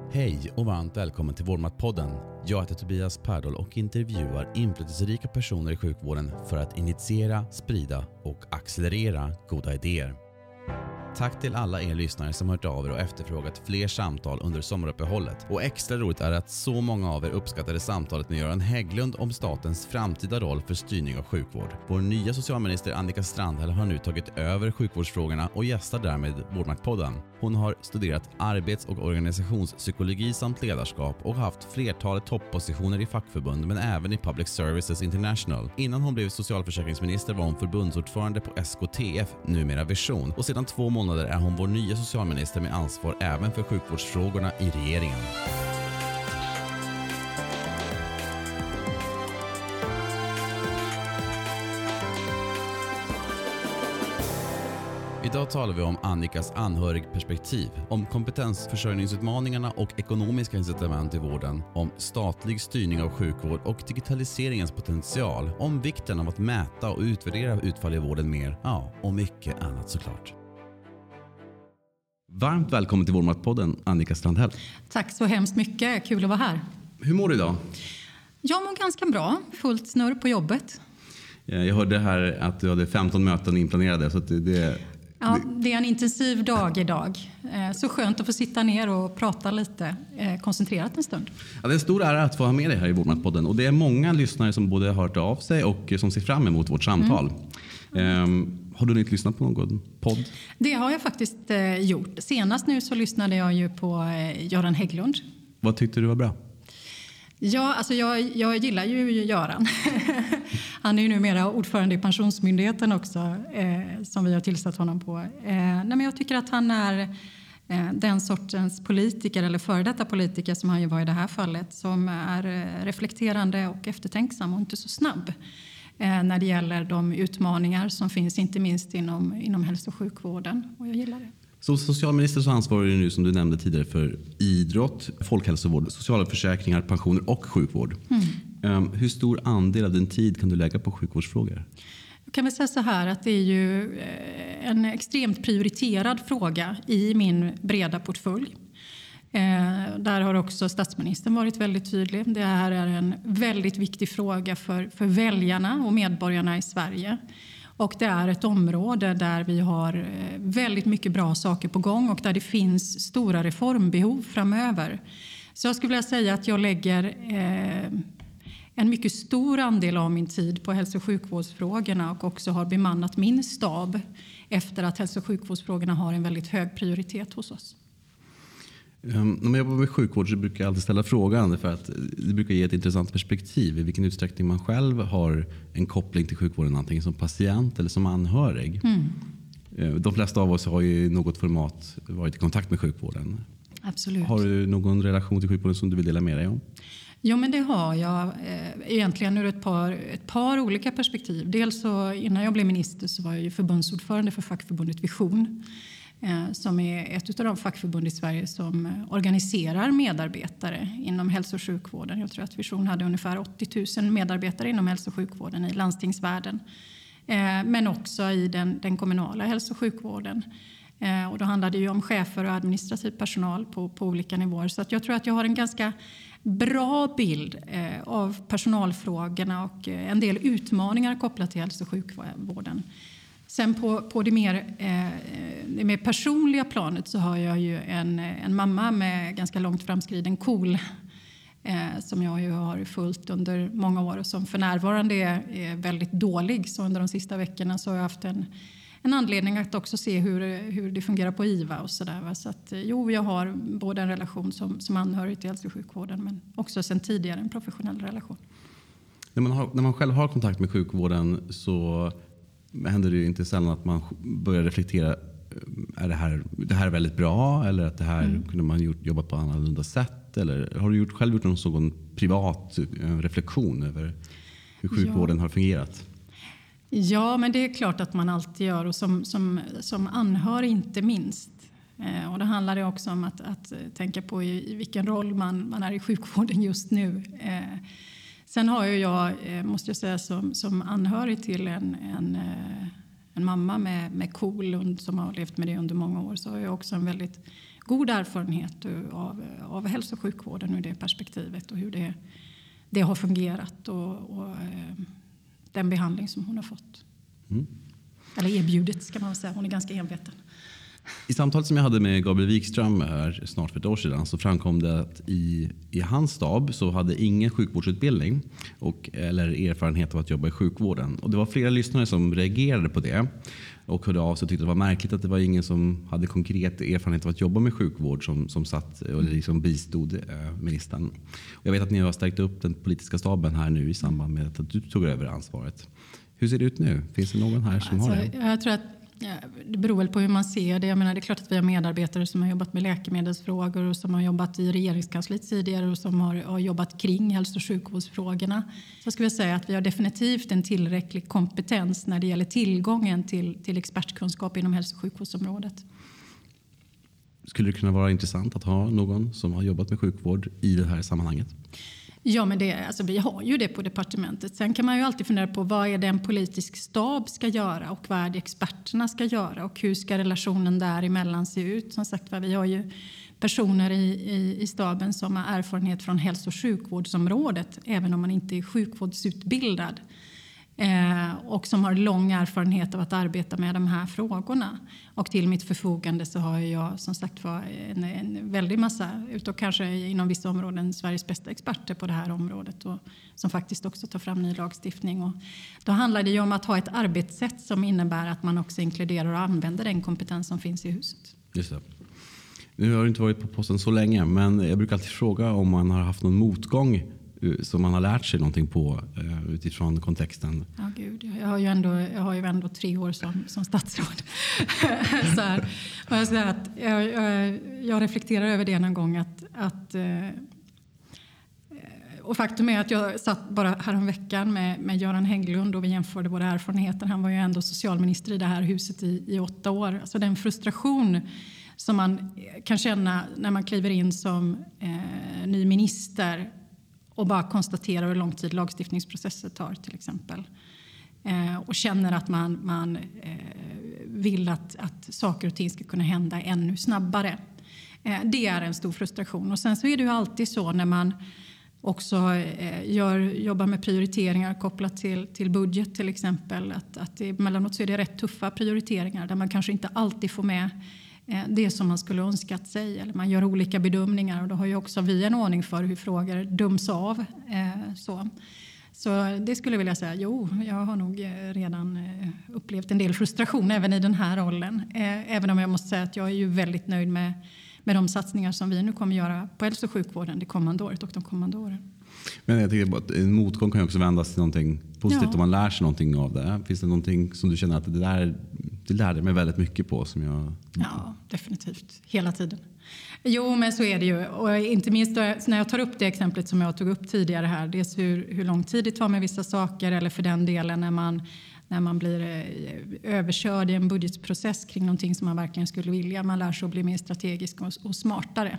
Hej och varmt välkommen till Vårdmatpodden. Jag heter Tobias Pärdol och intervjuar inflytelserika personer i sjukvården för att initiera, sprida och accelerera goda idéer. Tack till alla er lyssnare som hört av er och efterfrågat fler samtal under sommaruppehållet. Och extra roligt är att så många av er uppskattade samtalet med Göran Hägglund om statens framtida roll för styrning av sjukvård. Vår nya socialminister Annika Strandhäll har nu tagit över sjukvårdsfrågorna och gästar därmed Vårdmatpodden. Hon har studerat arbets- och organisationspsykologi samt ledarskap och har haft flertalet topppositioner i fackförbund men även i Public Services International. Innan hon blev socialförsäkringsminister var hon förbundsordförande på SKTF, numera Vision, och sedan 2 månader är hon vår nya socialminister med ansvar även för sjukvårdsfrågorna i regeringen. Idag talar vi om Annikas anhörigperspektiv, om kompetensförsörjningsutmaningarna och ekonomiska incitament i vården, om statlig styrning av sjukvård och digitaliseringens potential, om vikten av att mäta och utvärdera utfall i vården mer, och mycket annat såklart. Varmt välkommen till Vårdmatpodden, Annika Strandhäll. Tack så hemskt mycket, kul att vara här. Hur mår du idag? Jag mår ganska bra, fullt snurr på jobbet. Jag hörde här att du hade 15 möten inplanerade, så att Ja, det är en intensiv dag idag. Så skönt att få sitta ner och prata lite koncentrerat en stund. Ja, det är en stor ära att få ha med dig här i Vårdmatpodden. Och det är många lyssnare som både har hört av sig och som ser fram emot vårt samtal. Har du inte lyssnat på någon podd? Det har jag faktiskt gjort. Senast nu så lyssnade jag ju på Göran Hägglund. Vad tyckte du var bra? Ja, alltså jag gillar ju Göran. Han är ju numera ordförande i Pensionsmyndigheten också, som vi har tillsatt honom på. Men jag tycker att han är den sortens politiker, eller före detta politiker som han ju var i det här fallet, som är reflekterande och eftertänksam och inte så snabb när det gäller de utmaningar som finns, inte minst inom hälso- och sjukvården. Och jag gillar det. Som socialminister så ansvarar du nu, som du nämnde tidigare, för idrott, folkhälsovård, sociala försäkringar, pensioner och sjukvård. Hur stor andel av din tid kan du lägga på sjukvårdsfrågor? Jag kan väl säga så här att det är ju en extremt prioriterad fråga i min breda portfölj. Där har också statsministern varit väldigt tydlig. Det här är en väldigt viktig fråga för väljarna och medborgarna i Sverige. Och det är ett område där vi har väldigt mycket bra saker på gång och där det finns stora reformbehov framöver. Så jag skulle vilja säga att jag lägger en mycket stor andel av min tid på hälso- och sjukvårdsfrågorna och också har bemannat min stab efter att hälso- och sjukvårdsfrågorna har en väldigt hög prioritet hos oss. När man jobbar med sjukvård så brukar jag alltid ställa frågan, för att det brukar ge ett intressant perspektiv i vilken utsträckning man själv har en koppling till sjukvården, antingen som patient eller som anhörig. De flesta av oss har ju i något format varit i kontakt med sjukvården. Absolut. Har du någon relation till sjukvården som du vill dela med dig om? Ja, men det har jag egentligen ur ett par olika perspektiv. Dels så innan jag blev minister så var jag ju förbundsordförande för fackförbundet Vision, som är ett av de fackförbund i Sverige som organiserar medarbetare inom hälso- och sjukvården. Jag tror att Vision hade ungefär 80 000 medarbetare inom hälso- och sjukvården i landstingsvärlden. Men också i den kommunala hälso- och sjukvården. Och då handlar det ju om chefer och administrativ personal på olika nivåer. Så att jag tror att jag har en ganska bra bild av personalfrågorna och en del utmaningar kopplat till hälso- och sjukvården. Sen på det mer personliga planet så har jag ju en mamma med ganska långt framskriden KOL som jag ju har följt under många år och som för närvarande är väldigt dålig. Så under de sista veckorna så har jag haft en anledning att också se hur det fungerar på IVA och sådär. Så att jag har både en relation som anhörig till hälso- och sjukvården men också sen tidigare en professionell relation. När man själv har kontakt med sjukvården så händer det ju inte sällan att man börjar reflektera, är det här väldigt bra eller att det här kunde man jobba på annorlunda sätt, eller har du själv gjort någon privat reflektion över hur sjukvården har fungerat? Ja, men det är klart att man alltid gör, och som anhörig inte minst. Och det handlar det också om att tänka på i vilken roll man är i sjukvården just nu. Sen har ju jag, måste jag säga, som anhörig till en mamma med KOL som har levt med det under många år, så har jag också en väldigt god erfarenhet av hälso- och sjukvården ur det perspektivet och hur det har fungerat och den behandling som hon har fått. Eller erbjudit ska man säga, hon är ganska enveten. I samtalet som jag hade med Gabriel Wikström här snart för ett år sedan så framkom det att i hans stab så hade ingen sjukvårdsutbildning eller erfarenhet av att jobba i sjukvården. Och det var flera lyssnare som reagerade på det och hörde av sig och tyckte det var märkligt att det var ingen som hade konkret erfarenhet av att jobba med sjukvård som satt och liksom bistod ministern. Och jag vet att ni har stärkt upp den politiska staben här nu i samband med att du tog över ansvaret. Hur ser det ut nu? Finns det någon här som har det? Jag tror att det beror väl på hur man ser det. Jag menar, det är klart att vi har medarbetare som har jobbat med läkemedelsfrågor och som har jobbat i regeringskansliet tidigare och som har jobbat kring hälso- och sjukvårdsfrågorna. Så skulle jag säga att vi har definitivt en tillräcklig kompetens när det gäller tillgången till expertkunskap inom hälso- och sjukvårdsområdet. Skulle det kunna vara intressant att ha någon som har jobbat med sjukvård i det här sammanhanget? Ja, men vi har ju det på departementet. Sen kan man ju alltid fundera på vad är det en politisk stab ska göra och vad är det experterna ska göra och hur ska relationen däremellan se ut. Som sagt, vi har ju personer i staben som har erfarenhet från hälso- och sjukvårdsområdet även om man inte är sjukvårdsutbildad. Och som har lång erfarenhet av att arbeta med de här frågorna. Och till mitt förfogande så har jag som sagt en väldig massa, och kanske inom vissa områden Sveriges bästa experter på det här området och som faktiskt också tar fram ny lagstiftning. Och då handlar det ju om att ha ett arbetssätt som innebär att man också inkluderar och använder den kompetens som finns i huset. Just det. Nu har du inte varit på posten så länge, men jag brukar alltid fråga om man har haft någon motgång som man har lärt sig någonting på utifrån kontexten. Ja, gud. Jag har ju ändå 3 år som statsråd. Så här. Och jag säger att jag reflekterar över det någon gång och faktum är att jag satt bara häromveckan med Göran Hägglund och vi jämförde våra erfarenheter. Han var ju ändå socialminister i det här huset i 8 år. Alltså den frustration som man kan känna när man kliver in som ny minister och bara konstaterar hur lång tid lagstiftningsprocesser tar till exempel. Och känner att man vill att saker och ting ska kunna hända ännu snabbare. Det är en stor frustration. Och sen så är det ju alltid så när man också jobbar med prioriteringar kopplat till budget till exempel. Att emellanåt så är det rätt tuffa prioriteringar där man kanske inte alltid får med det som man skulle önskat sig. Eller man gör olika bedömningar och då har ju också vi en ordning för hur frågor döms av. Så det skulle jag vilja säga, jag har nog redan upplevt en del frustration även i den här rollen. Även om jag måste säga att jag är ju väldigt nöjd med de satsningar som vi nu kommer göra på hälso- och sjukvården det kommande året och de kommande åren. Men jag tycker att en motgång kan ju också vändas till någonting positivt om man lär sig någonting av det. Finns det någonting som du känner att det lärde mig väldigt mycket på? Ja, definitivt. Hela tiden. Jo, men så är det ju. Och inte minst när jag tar upp det exemplet som jag tog upp tidigare här. Dels hur lång tid det tar med vissa saker eller för den delen när man blir överkörd i en budgetprocess kring någonting som man verkligen skulle vilja. Man lär sig att bli mer strategisk och smartare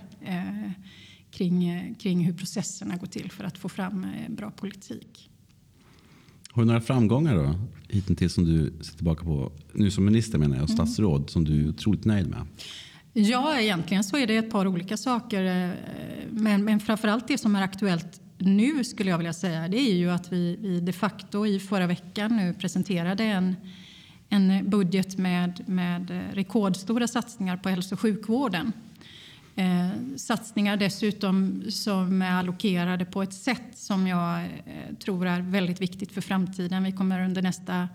kring hur processerna går till för att få fram bra politik. Har du några framgångar då hittills som du ser tillbaka på nu som minister menar jag och statsråd som du är otroligt nöjd med? Ja, egentligen så är det ett par olika saker. Men framförallt det som är aktuellt nu skulle jag vilja säga, det är ju att vi de facto i förra veckan nu presenterade en budget med rekordstora satsningar på hälso- och sjukvården. Satsningar dessutom som är allokerade på ett sätt som jag tror är väldigt viktigt för framtiden. Vi kommer under nästa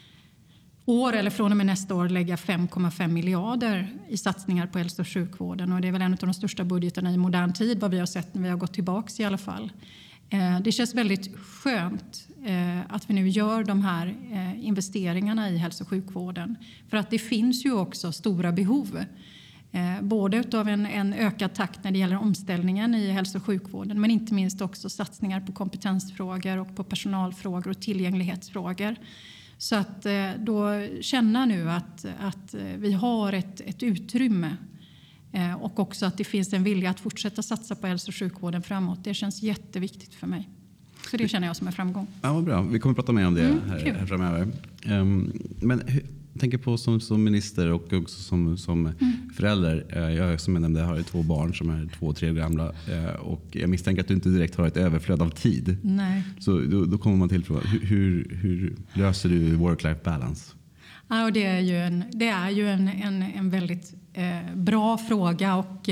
år eller från och med nästa år lägga 5,5 miljarder i satsningar på hälso- och sjukvården. Och det är väl en av de största budgeterna i modern tid vad vi har sett när vi har gått tillbaka i alla fall. Det känns väldigt skönt att vi nu gör de här investeringarna i hälso- och sjukvården. För att det finns ju också stora behov. Både av en ökad takt när det gäller omställningen i hälso- och sjukvården men inte minst också satsningar på kompetensfrågor och på personalfrågor och tillgänglighetsfrågor. Så att då känna nu att vi har ett utrymme och också att det finns en vilja att fortsätta satsa på hälso- och sjukvården framåt. Det känns jätteviktigt för mig. Så det känner jag som en framgång. Ja, vad bra. Vi kommer att prata mer om det här framöver. Men Jag tänker på som minister och också som förälder. Jag som jag nämnde har 2 barn som är 2 och 3 gamla. Och jag misstänker att du inte direkt har ett överflöd av tid. Nej. Så då kommer man till frågan, hur löser du work-life balance? Ja, och det är ju en väldigt bra fråga. Och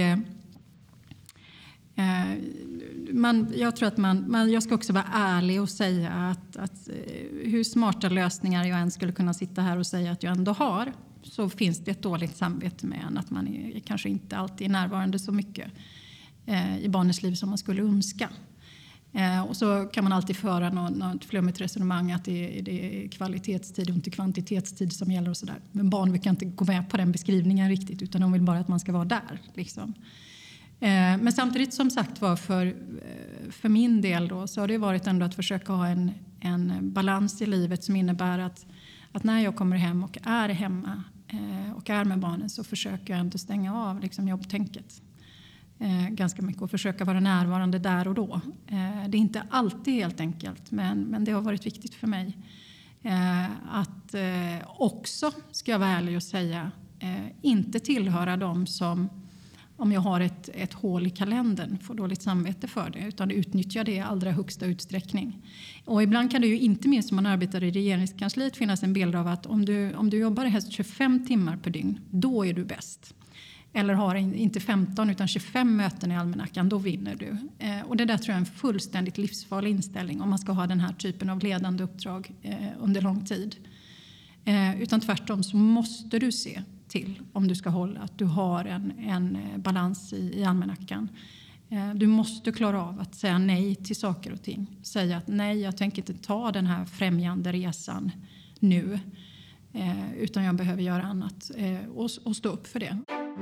jag tror att jag ska också vara ärlig och säga att hur smarta lösningar jag än skulle kunna sitta här och säga att jag ändå har, så finns det ett dåligt samvete med att man kanske inte alltid är närvarande så mycket i barnens liv som man skulle önska. Och så kan man alltid föra något flummigt resonemang att det är kvalitetstid och inte kvantitetstid som gäller och sådär. Men barn vill inte gå med på den beskrivningen riktigt, utan de vill bara att man ska vara där liksom. Men samtidigt, som sagt var, för min del då, så har det varit ändå att försöka ha en balans i livet som innebär att när jag kommer hem och är hemma och är med barnen, så försöker jag ändå stänga av liksom jobbtänket ganska mycket och försöka vara närvarande där och då. Det är inte alltid helt enkelt, men det har varit viktigt för mig att också, ska jag vara ärlig och säga, inte tillhöra dem som, om jag har ett hål i kalendern, får dåligt samvete för det, utan utnyttja det i allra högsta utsträckning. Och ibland kan det ju, inte minst om man arbetar i regeringskansliet, finnas en bild av att om du jobbar helst 25 timmar per dygn, då är du bäst. Eller har inte 15 utan 25 möten i almanackan, då vinner du. Och det där tror jag är en fullständigt livsfarlig inställning om man ska ha den här typen av ledande uppdrag under lång tid. Utan tvärtom så måste du se till, om du ska hålla, att du har en balans i almanackan. Du måste klara av att säga nej till saker och ting. Säga att nej, jag tänker inte ta den här främjande resan nu. Utan jag behöver göra annat och stå upp för det.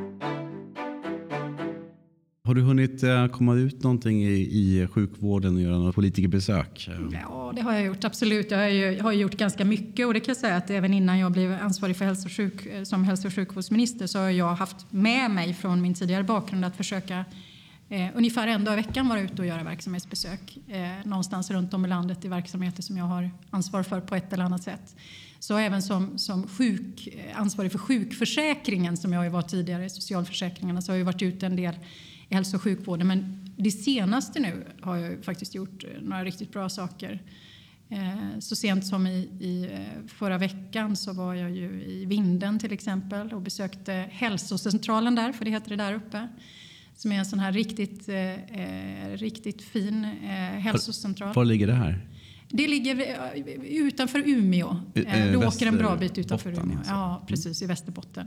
Har du hunnit komma ut någonting i sjukvården och göra några politikerbesök? Ja, det har jag gjort, absolut. Jag har gjort ganska mycket, och det kan jag säga att även innan jag blev ansvarig för som hälso- och sjukvårdsminister, så har jag haft med mig från min tidigare bakgrund att försöka ungefär en dag i veckan vara ute och göra verksamhetsbesök någonstans runt om i landet i verksamheter som jag har ansvar för på ett eller annat sätt. Så även som ansvarig för sjukförsäkringen, som jag var tidigare i socialförsäkringarna, så har jag varit ute en del i hälso- och sjukvården. Men det senaste nu har jag faktiskt gjort några riktigt bra saker. Så sent som i förra veckan så var jag ju i Vinden till exempel och besökte hälsocentralen där, för det heter det där uppe. Som är en sån här riktigt fin hälsocentral. Var ligger det här? Det ligger utanför Umeå. Du åker en bra bit utanför Umeå. Alltså. Ja, precis, i Västerbotten.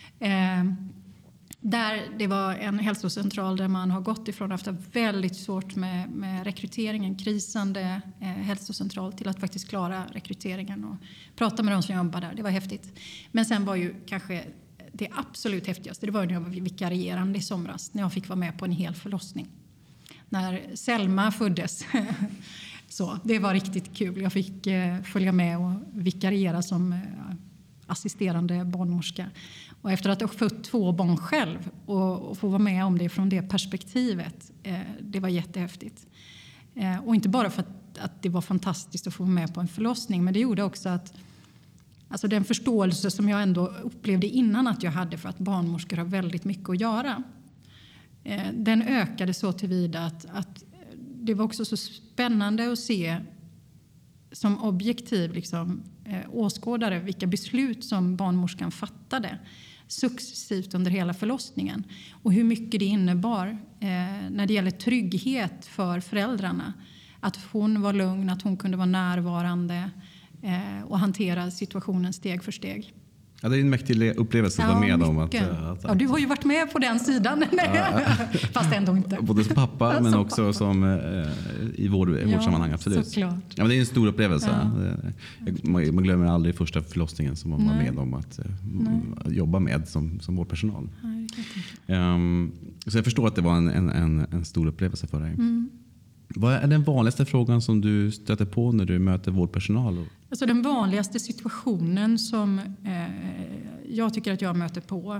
Där det var en hälsocentral där man har gått ifrån att ha haft väldigt svårt med rekryteringen, krisande hälsocentral, till att faktiskt klara rekryteringen och prata med de som jobbar där. Det var häftigt. Men sen var ju kanske det absolut häftigaste, det var när jag var vikarierande i somras, när jag fick vara med på en hel förlossning. När Selma föddes. Så det var riktigt kul. Jag fick följa med och vikariera som assisterande barnmorska. Och efter att ha fött 2 barn själv och få vara med om det från det perspektivet, det var jättehäftigt. Och inte bara för att det var fantastiskt att få vara med på en förlossning, men det gjorde också att alltså den förståelse som jag ändå upplevde innan att jag hade för att barnmorskor har väldigt mycket att göra, den ökade så tillvida att det var också så spännande att se som objektiv åskådare vilka beslut som barnmorskan fattade successivt under hela förlossningen. Och hur mycket det innebar när det gäller trygghet för föräldrarna. Att hon var lugn, att hon kunde vara närvarande och hantera situationen steg för steg. Ja, det är en mäktig upplevelse att vara med om. Ja, du har ju varit med på den sidan. Fast ändå inte. Både som pappa men också som i vårdsammanhang. Absolut. Såklart. Ja, men det är en stor upplevelse. Ja. Man glömmer aldrig första förlossningen som man var med om att jobba med som vårdpersonal. Så jag förstår att det var en stor upplevelse för dig. Mm. Vad är den vanligaste frågan som du stöter på när du möter vårdpersonal? Alltså den vanligaste situationen som jag tycker att jag möter på.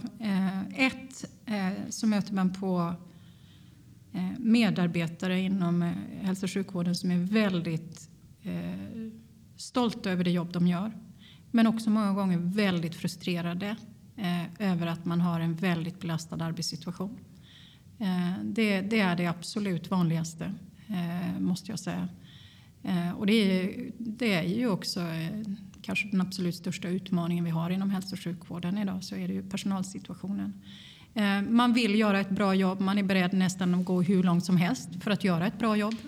Så möter man på medarbetare inom hälso- och sjukvården som är väldigt stolta över det jobb de gör. Men också många gånger väldigt frustrerade över att man har en väldigt belastad arbetssituation. Det är det absolut vanligaste, måste jag säga. Och det är ju också kanske den absolut största utmaningen vi har inom hälso- och sjukvården idag, så är det ju personalsituationen. Man vill göra ett bra jobb, man är beredd nästan att gå hur långt som helst för att göra ett bra jobb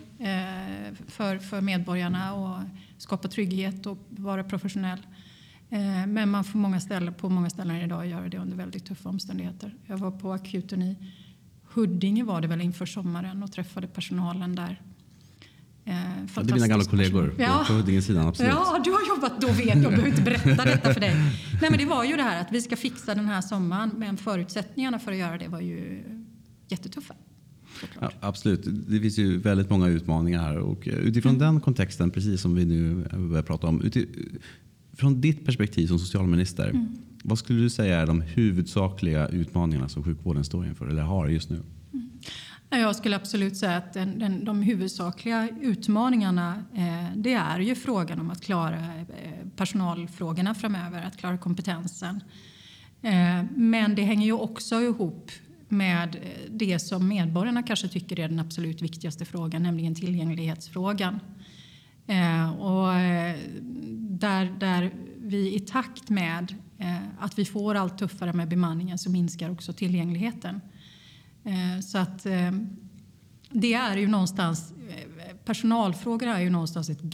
för medborgarna och skapa trygghet och vara professionell. Men man får på många ställen idag göra det under väldigt tuffa omständigheter. Jag var på akuten i Huddinge var det väl inför sommaren och träffade personalen där. Det är mina gamla kollegor på Huddinge-sidan, absolut. Ja, du har jobbat, då vet jag. Jag behöver inte berätta detta för dig. Nej, men det var ju det här att vi ska fixa den här sommaren, men förutsättningarna för att göra det var ju jättetuffa. Ja, absolut. Det finns ju väldigt många utmaningar här och utifrån den kontexten, precis som vi nu börjar prata om, från ditt perspektiv som socialminister, vad skulle du säga är de huvudsakliga utmaningarna som sjukvården står inför eller har just nu? Jag skulle absolut säga att de huvudsakliga utmaningarna det är ju frågan om att klara personalfrågorna framöver, att klara kompetensen. Men det hänger ju också ihop med det som medborgarna kanske tycker är den absolut viktigaste frågan, nämligen tillgänglighetsfrågan. Och där vi i takt med att vi får allt tuffare med bemanningen så minskar också tillgängligheten. Så att det är ju någonstans, personalfrågor är ju någonstans ett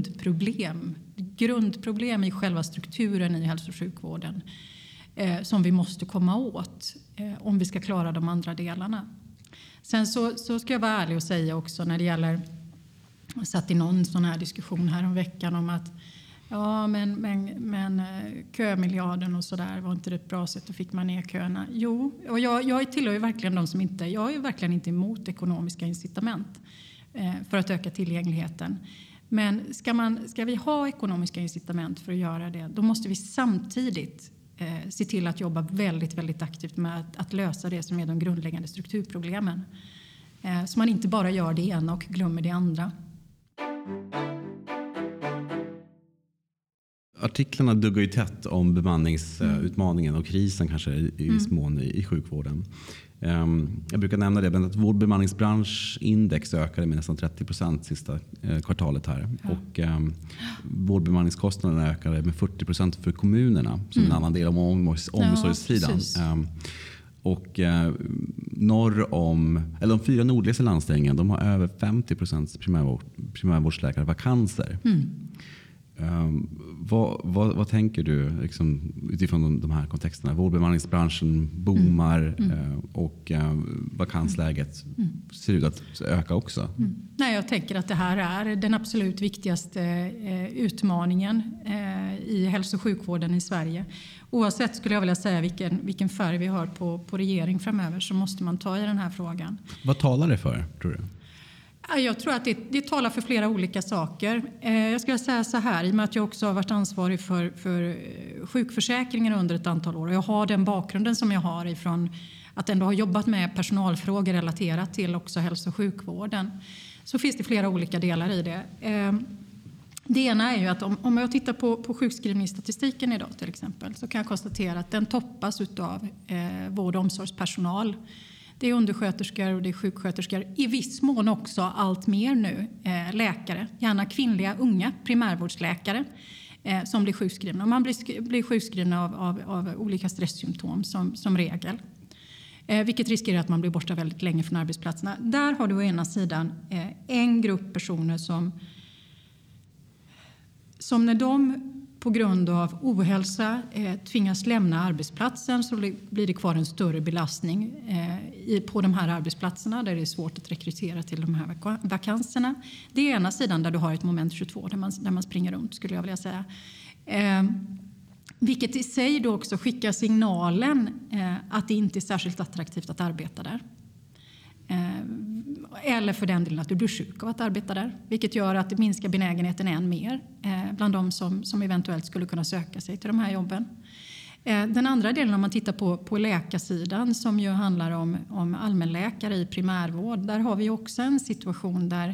grundproblem i själva strukturen i hälso- och sjukvården som vi måste komma åt om vi ska klara de andra delarna. Sen så ska jag vara ärlig och säga också när det gäller, jag satt i någon sån här diskussion här om veckan om att ja, men kömiljarden och sådär var inte det ett bra sätt, och fick man ner köerna. Jo, och jag tillhör ju verkligen de som inte, jag är verkligen inte emot ekonomiska incitament för att öka tillgängligheten. Men ska vi ha ekonomiska incitament för att göra det, då måste vi samtidigt se till att jobba väldigt, väldigt aktivt med att lösa det som är de grundläggande strukturproblemen. Så man inte bara gör det ena och glömmer det andra. Artiklarna duggar ju tätt om bemanningsutmaningen och krisen kanske i viss mån i sjukvården. Jag brukar nämna det, men att vår bemanningsbranschindex ökade med nästan 30% sista kvartalet här. Ja. Och vår bemanningskostnaderna ökade med 40% för kommunerna som en annan del av omsorgssidan. Ja, och de 4 nordligaste landstingen, de har över 50% primärvårdsläkarvakanser. Vad tänker du liksom, utifrån de här kontexterna? Vårdbemanningsbranschen boomar och vakansläget ser ut att öka också. Nej, jag tänker att det här är den absolut viktigaste utmaningen i hälso- och sjukvården i Sverige. Oavsett, skulle jag vilja säga, vilken färg vi har på regering framöver, så måste man ta i den här frågan. Vad talar det för, tror du? Jag tror att det talar för flera olika saker. Jag ska säga så här, i och med att jag också har varit ansvarig för sjukförsäkringen under ett antal år. Och jag har den bakgrunden som jag har ifrån att ändå ha jobbat med personalfrågor relaterat till också hälso- och sjukvården. Så finns det flera olika delar i det. Det ena är ju att om jag tittar på sjukskrivningsstatistiken idag till exempel, så kan jag konstatera att den toppas av vård- och omsorgspersonal. Det är undersköterskor och det är sjuksköterskor. I viss mån också allt mer nu läkare. Gärna kvinnliga unga primärvårdsläkare som blir sjukskrivna. Man blir sjukskrivna av olika stresssymptom som regel. Vilket riskerar att man blir borta väldigt länge från arbetsplatserna. Där har du å ena sidan en grupp personer som när de på grund av ohälsa tvingas lämna arbetsplatsen, så blir det kvar en större belastning på de här arbetsplatserna där det är svårt att rekrytera till de här vakanserna. Det är ena sidan där du har ett moment 22 där man springer runt, skulle jag vilja säga. Vilket i sig då också skickar signalen att det inte är särskilt attraktivt att arbeta där. Eller för den delen att du blir sjuk av att arbeta där. Vilket gör att det minskar benägenheten än mer bland de som eventuellt skulle kunna söka sig till de här jobben. Den andra delen, om man tittar på läkarsidan, som ju handlar om allmänläkare i primärvård. Där har vi också en situation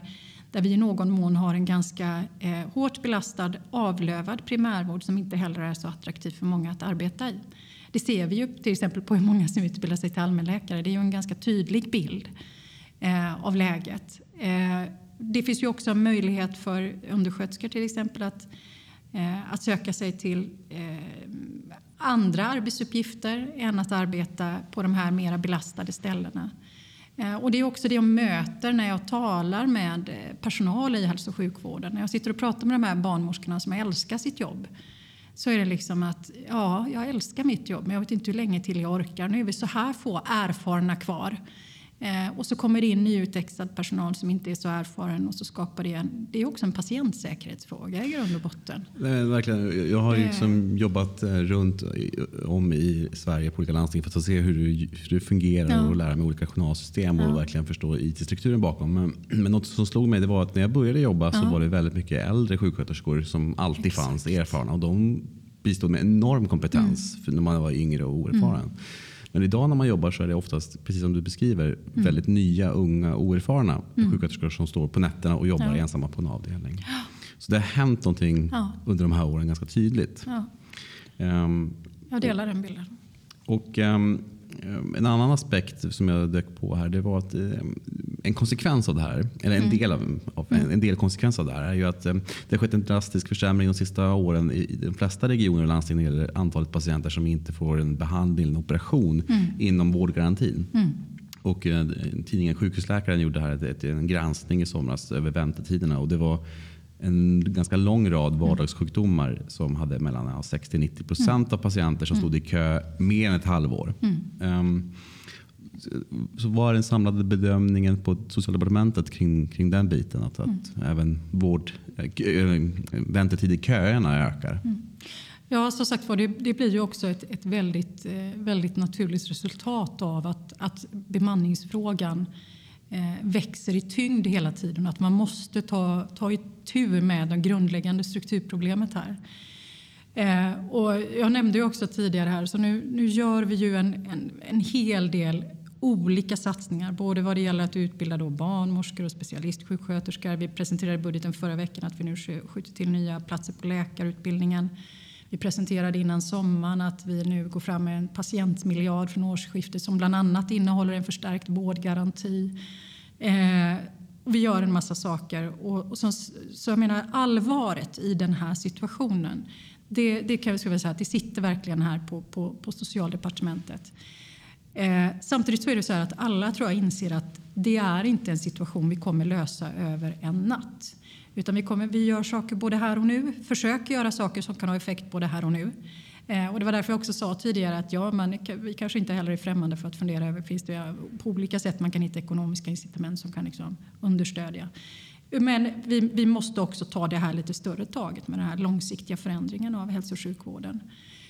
där vi i någon mån har en ganska hårt belastad, avlövad primärvård som inte heller är så attraktiv för många att arbeta i. Det ser vi ju till exempel på hur många som utbildar sig till allmänläkare. Det är ju en ganska tydlig bild av läget. Det finns ju också en möjlighet för undersköterskor till exempel att söka sig till andra arbetsuppgifter än att arbeta på de här mera belastade ställena. Och det är också det jag möter när jag talar med personal i hälso- och sjukvården. När jag sitter och pratar med de här barnmorskorna som älskar sitt jobb, så är det liksom att ja, jag älskar mitt jobb men jag vet inte hur länge till jag orkar. Nu är vi så här få erfarna kvar. Och så kommer det in nyutexad personal som inte är så erfaren och så skapar det är också en patientsäkerhetsfråga i grund och botten. Nej, verkligen. Jag har liksom jobbat runt om i Sverige på olika landsting för att se hur det fungerar och lära mig olika journalsystem och verkligen förstå IT-strukturen bakom. Men något som slog mig det var att när jag började jobba så var det väldigt mycket äldre sjuksköterskor som alltid fanns erfarna och de bistod med enorm kompetens för när man var yngre och oerfaren. Men idag när man jobbar så är det oftast, precis som du beskriver, väldigt nya, unga, oerfarna sjuksköterskor som står på nätterna och jobbar ensamma på en avdelning. Så det har hänt någonting under de här åren ganska tydligt. Jag delar den bilden. Och en annan aspekt som jag dök på här, det var att en konsekvens av det här, eller en del konsekvens av det här är ju att det har skett en drastisk försämring de sista åren i de flesta regioner och landsting när det gäller antalet patienter som inte får en behandling, en operation inom vårdgarantin. Och tidningen Sjukhusläkaren gjorde här en granskning i somras över väntetiderna och det var en ganska lång rad vardagssjukdomar som hade mellan 60-90% av patienter som stod i kö mer än ett halvår. Så var den samlade bedömningen på Socialdepartementet kring den biten att även väntetid i köerna ökar? Ja, så sagt var, det blir ju också ett väldigt, väldigt naturligt resultat av att bemanningsfrågan växer i tyngd hela tiden. Att man måste ta itu med det grundläggande strukturproblemet här. Och jag nämnde ju också tidigare här, så nu gör vi ju en hel del olika satsningar. Både vad det gäller att utbilda då barnmorskor och specialistsjuksköterskor. Vi presenterade i budgeten förra veckan att vi nu skjuter till nya platser på läkarutbildningen. Vi presenterade innan sommaren att vi nu går fram med en patientmiljard från årsskiftet som bland annat innehåller en förstärkt vårdgaranti. Vi gör en massa saker. Och så jag menar, allvaret i den här situationen, det kan jag säga att det sitter verkligen här på Socialdepartementet. Samtidigt så är det så här att alla tror jag inser att det är inte en situation vi kommer lösa över en natt. Utan vi gör saker både här och nu, försöker göra saker som kan ha effekt både här och nu. Och det var därför jag också sa tidigare att vi kanske inte heller är främmande för att fundera över, finns det på olika sätt man kan hitta ekonomiska incitament som kan liksom understödja. Men vi måste också ta det här lite större taget med den här långsiktiga förändringen av hälso- och sjukvården.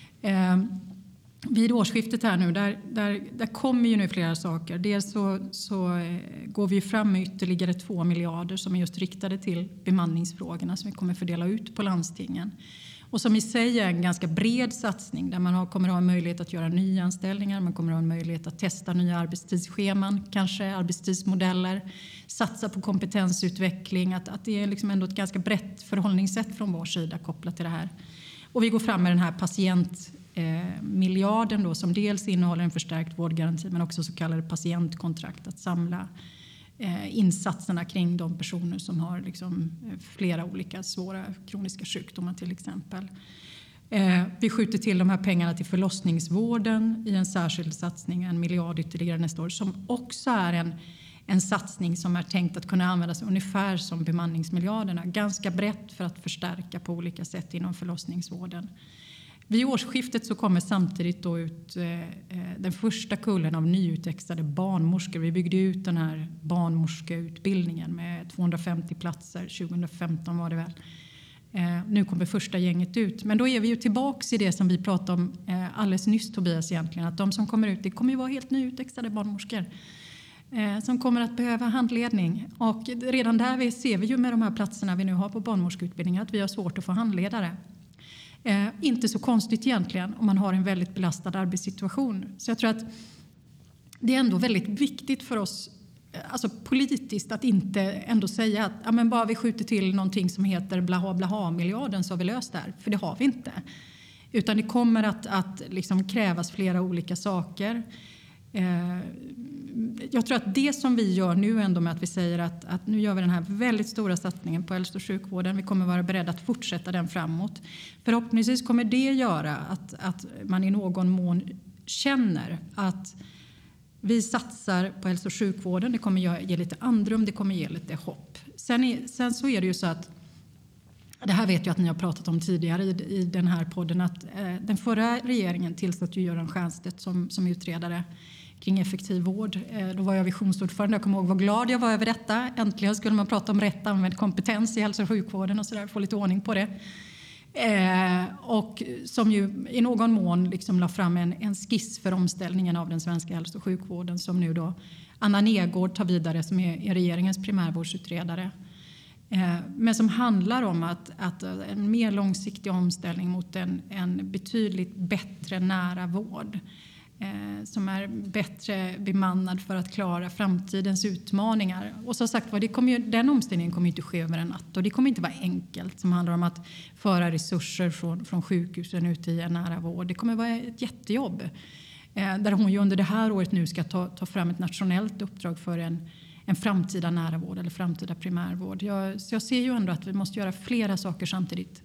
Vid årsskiftet här nu, där kommer ju nu flera saker. Dels så går vi fram med ytterligare 2 miljarder som är just riktade till bemanningsfrågorna som vi kommer fördela ut på landstingen. Och som i sig är en ganska bred satsning där man kommer att ha en möjlighet att göra nyanställningar, man kommer att ha en möjlighet att testa nya arbetstidsscheman, kanske arbetstidsmodeller, satsa på kompetensutveckling, att det är liksom ändå ett ganska brett förhållningssätt från vår sida kopplat till det här. Och vi går fram med den här patientmiljarden då, som dels innehåller en förstärkt vårdgaranti men också så kallade patientkontrakt, att samla insatserna kring de personer som har liksom flera olika svåra kroniska sjukdomar till exempel. Vi skjuter till de här pengarna till förlossningsvården i en särskild satsning, 1 miljard ytterligare nästa år, som också är en satsning som är tänkt att kunna användas ungefär som bemanningsmiljarderna. Ganska brett för att förstärka på olika sätt inom förlossningsvården. Vid årsskiftet så kommer samtidigt då ut den första kullen av nyutexade barnmorskor. Vi byggde ut den här barnmorskeutbildningen med 250 platser. 2015 var det väl. Nu kommer första gänget ut. Men då är vi ju tillbaka i det som vi pratade om alldeles nyss, Tobias, egentligen. Att de som kommer ut, det kommer ju vara helt nyutexade barnmorskor som kommer att behöva handledning. Och redan där ser vi ju med de här platserna vi nu har på barnmorskeutbildningen att vi har svårt att få handledare. Inte så konstigt egentligen om man har en väldigt belastad arbetssituation. Så jag tror att det är ändå väldigt viktigt för oss alltså politiskt att inte ändå säga att ja, men bara vi skjuter till någonting som heter blaha-blaha-miljarden så har vi löst det här. För det har vi inte. Utan det kommer att liksom krävas flera olika saker. Jag tror att det som vi gör nu ändå med att vi säger att nu gör vi den här väldigt stora satsningen på hälso- och sjukvården. Vi kommer vara beredda att fortsätta den framåt. Förhoppningsvis kommer det göra att man i någon mån känner att vi satsar på hälso- och sjukvården. Det kommer ge lite andrum, det kommer ge lite hopp. Sen så är det ju så att, det här vet jag att ni har pratat om tidigare i den här podden, att den förra regeringen tillsatte Göran Stiernstedt som utredare kring effektiv vård. Då var jag visionsordförande. Jag kommer ihåg vad glad jag var över detta. Äntligen skulle man prata om rätt använd kompetens i hälso- och sjukvården och sådär, få lite ordning på det. Och som ju i någon mån liksom la fram en skiss för omställningen av den svenska hälso- och sjukvården som nu då Anna Nergård tar vidare som är regeringens primärvårdsutredare. Men som handlar om att en mer långsiktig omställning mot en betydligt bättre nära vård som är bättre bemannad för att klara framtidens utmaningar. Och som sagt, den omställningen kommer inte ske över en natt och det kommer inte vara enkelt, som handlar om att föra resurser från sjukhusen ut i en nära vård. Det kommer vara ett jättejobb där hon ju under det här året nu ska ta fram ett nationellt uppdrag för en framtida nära vård eller framtida primärvård. Så jag ser ju ändå att vi måste göra flera saker samtidigt.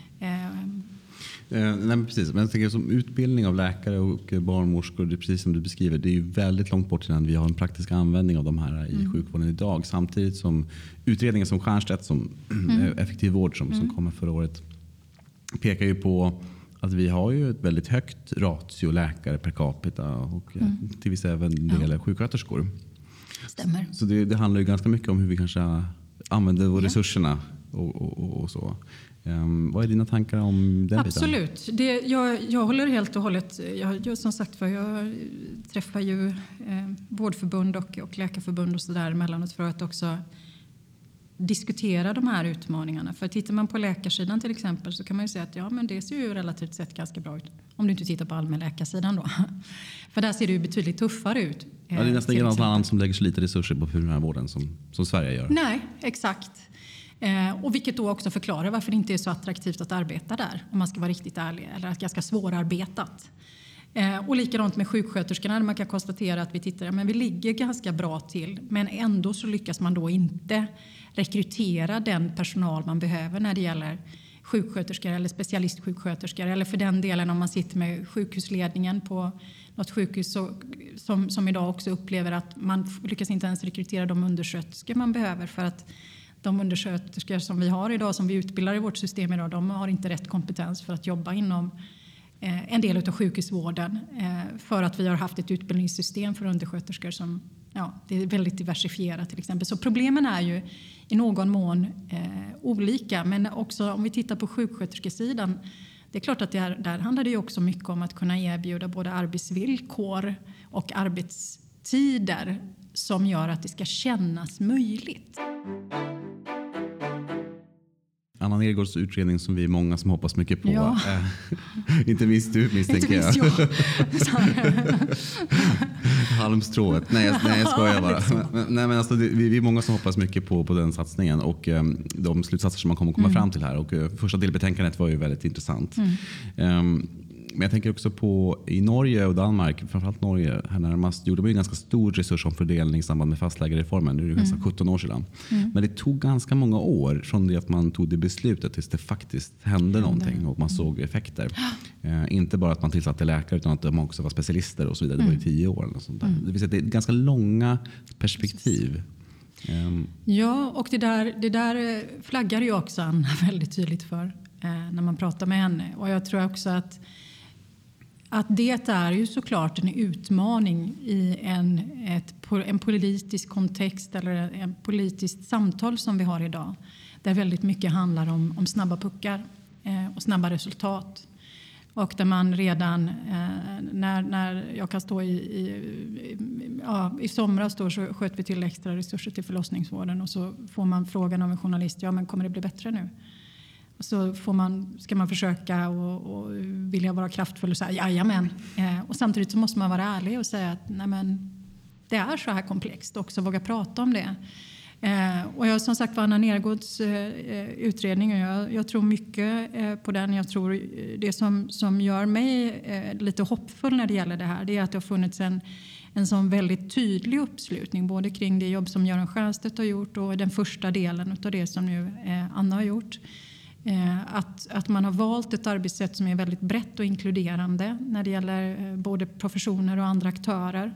Nej, precis. Men jag tänker som utbildning av läkare och barnmorskor, det är precis som du beskriver, det är ju väldigt långt bort innan vi har en praktisk användning av de här i sjukvården idag. Samtidigt som utredningen som Stiernstedt som effektiv vård som kommer förra året pekar ju på att vi har ju ett väldigt högt ratio läkare per capita och till viss även del sjuksköterskor. Stämmer. Så det handlar ju ganska mycket om hur vi kanske använder resurserna och så. Vad är dina tankar om den Absolut. biten? Jag håller helt och hållet. Som sagt, jag träffar ju vårdförbund och läkarförbund och sådär emellanåt för att också diskutera de här utmaningarna. För tittar man på läkarsidan till exempel så kan man ju säga att men det ser ju relativt sett ganska bra ut. Om du inte tittar på allmänläkarsidan då. För där ser det ju betydligt tuffare ut. Det är nästan inget annat land som lägger så lite resurser på primärvården som Sverige gör. Nej, exakt. Och vilket då också förklarar varför det inte är så attraktivt att arbeta där. Om man ska vara riktigt ärlig. Eller att ganska svårarbetat. Och likadant med sjuksköterskorna. Där man kan konstatera att vi ligger ganska bra till. Men ändå så lyckas man då inte rekrytera den personal man behöver när det gäller sjuksköterskor eller specialistsjuksköterskor. Eller för den delen om man sitter med sjukhusledningen på något sjukhus som idag också upplever att man lyckas inte ens rekrytera de undersköterskor man behöver. För att de undersköterskor som vi har idag, som vi utbildar i vårt system idag, de har inte rätt kompetens för att jobba inom en del av sjukhusvården. För att vi har haft ett utbildningssystem för undersköterskor som det är väldigt diversifierat till exempel. Så problemen är ju i någon mån olika. Men också om vi tittar på sjuksköterskesidan, det är klart att där handlar det ju också mycket om att kunna erbjuda både arbetsvillkor och arbetstider som gör att det ska kännas möjligt. Anna Nergårds utredning som vi är många som hoppas mycket på. Ja. Inte minst du misstänker jag. Halmstrået. Nej, jag skojar bara. Vi är många som hoppas mycket på den satsningen och de slutsatser som man kommer komma fram till här. Och första delbetänkandet var ju väldigt intressant. Men jag tänker också på i Norge och Danmark, framförallt Norge här närmast, gjorde man ju en ganska stor resursomfördelning i samband med fastläkarreformen. Nu är det ganska 17 år sedan. Men det tog ganska många år från det att man tog det beslutet tills det faktiskt hände någonting och man såg effekter. Inte bara att man tillsatte läkare utan att de också var specialister och så vidare. Det var ju 10 år eller sånt där. Det vill säga, det är ganska långa perspektiv. Ja, och det där flaggar ju också Anna väldigt tydligt för när man pratar med henne. Och jag tror också att det är ju såklart en utmaning i en politisk kontext eller en politiskt samtal som vi har idag. Där väldigt mycket handlar om snabba puckar och snabba resultat. Och där man redan, när jag kan stå i somras då, så sköt vi till extra resurser till förlossningsvården. Och så får man frågan av en journalist, men kommer det bli bättre nu? Och så ska man försöka och vilja vara kraftfull och säga jajamän. Och samtidigt så måste man vara ärlig och säga att det är så här komplext och också våga prata om det. Och jag som sagt var Anna Nergårds utredning och jag tror mycket på den. Jag tror det som gör mig lite hoppfull när det gäller det här, det är att det har funnits en sån väldigt tydlig uppslutning både kring det jobb som Göran Stiernstedt har gjort och den första delen av det som nu Anna har gjort. Att man har valt ett arbetssätt som är väldigt brett och inkluderande när det gäller både professioner och andra aktörer.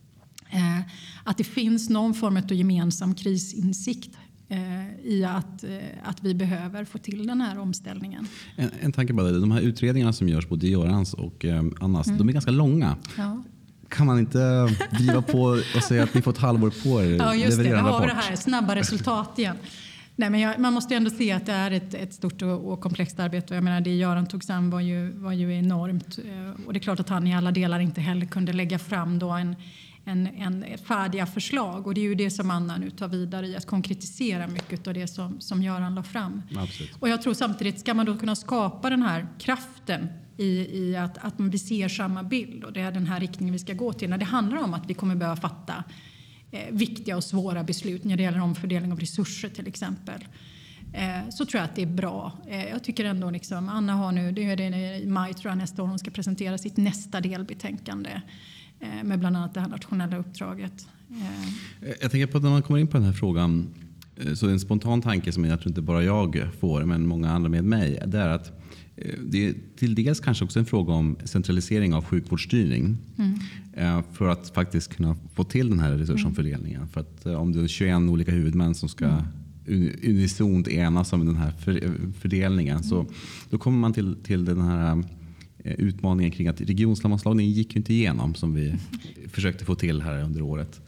Att det finns någon form av gemensam krisinsikt i att vi behöver få till den här omställningen. En tanke bara, de här utredningarna som görs både Görans och Annas, de är ganska långa. Ja. Kan man inte driva på och säga att ni får ett halvår på er? Ja, just det. Vi har det här snabba resultat igen. Nej, men man måste ändå se att det är ett stort och komplext arbete. Jag menar, det Göran tog sig an var ju enormt. Och det är klart att han i alla delar inte heller kunde lägga fram då en färdiga förslag. Och det är ju det som Anna nu tar vidare i att konkretisera mycket av det som Göran la fram. Absolut. Och jag tror samtidigt, ska man då kunna skapa den här kraften i att vi ser samma bild och det är den här riktningen vi ska gå till. När det handlar om att vi kommer behöva fatta viktiga och svåra beslut när det gäller omfördelning av resurser till exempel. Så tror jag att det är bra. Jag tycker ändå liksom, Anna har nu, det är det i maj tror jag nästa år, hon ska presentera sitt nästa delbetänkande med bland annat det här nationella uppdraget. Jag tänker på att när man kommer in på den här frågan, så en spontan tanke som jag tror inte bara jag får men många andra med mig, det är att det är till dels kanske också en fråga om centralisering av sjukvårdsstyrning för att faktiskt kunna få till den här resursomfördelningen. För att om det är 21 olika huvudmän som ska unisont enas om den här fördelningen så då kommer man till den här utmaningen kring att regionsammanslagningen gick ju inte igenom som vi försökte få till här under året.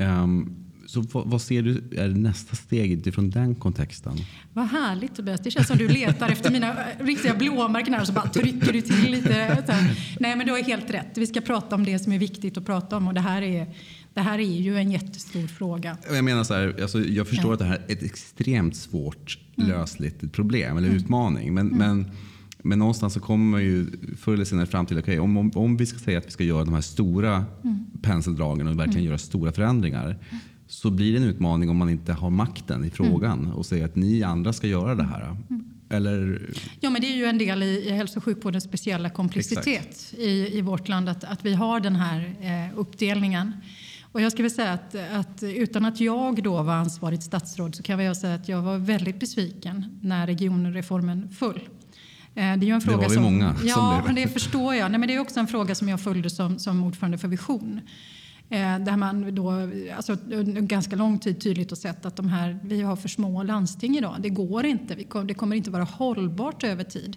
Så vad ser du är nästa steg utifrån den kontexten? Vad härligt Tobias. Det känns som du letar efter mina riktiga blåmärken här och så bara trycker du till lite. Nej, men du har helt rätt. Vi ska prata om det som är viktigt att prata om och det här är ju en jättestor fråga. Jag menar så här, alltså jag förstår att det här är ett extremt svårt lösligt problem eller utmaning. Men någonstans så kommer man ju förr eller senare fram till okay, om vi ska säga att vi ska göra de här stora penseldragen och verkligen göra stora förändringar så blir det en utmaning om man inte har makten i frågan och säger att ni andra ska göra det här. Eller... Ja, men det är ju en del i hälso- och sjukvårdens speciella komplexitet i vårt land att vi har den här uppdelningen. Och jag ska väl säga att utan att jag då var ansvarigt statsråd så kan jag säga att jag var väldigt besviken när regionreformen föll. Det är ju en fråga det var vi många som ja, blev. Det förstår jag. Nej, men det är också en fråga som jag följde som ordförande för Vision. Där man då, alltså ganska lång tid tydligt har sett att vi har för små landsting idag. Det går inte. Det kommer inte vara hållbart över tid.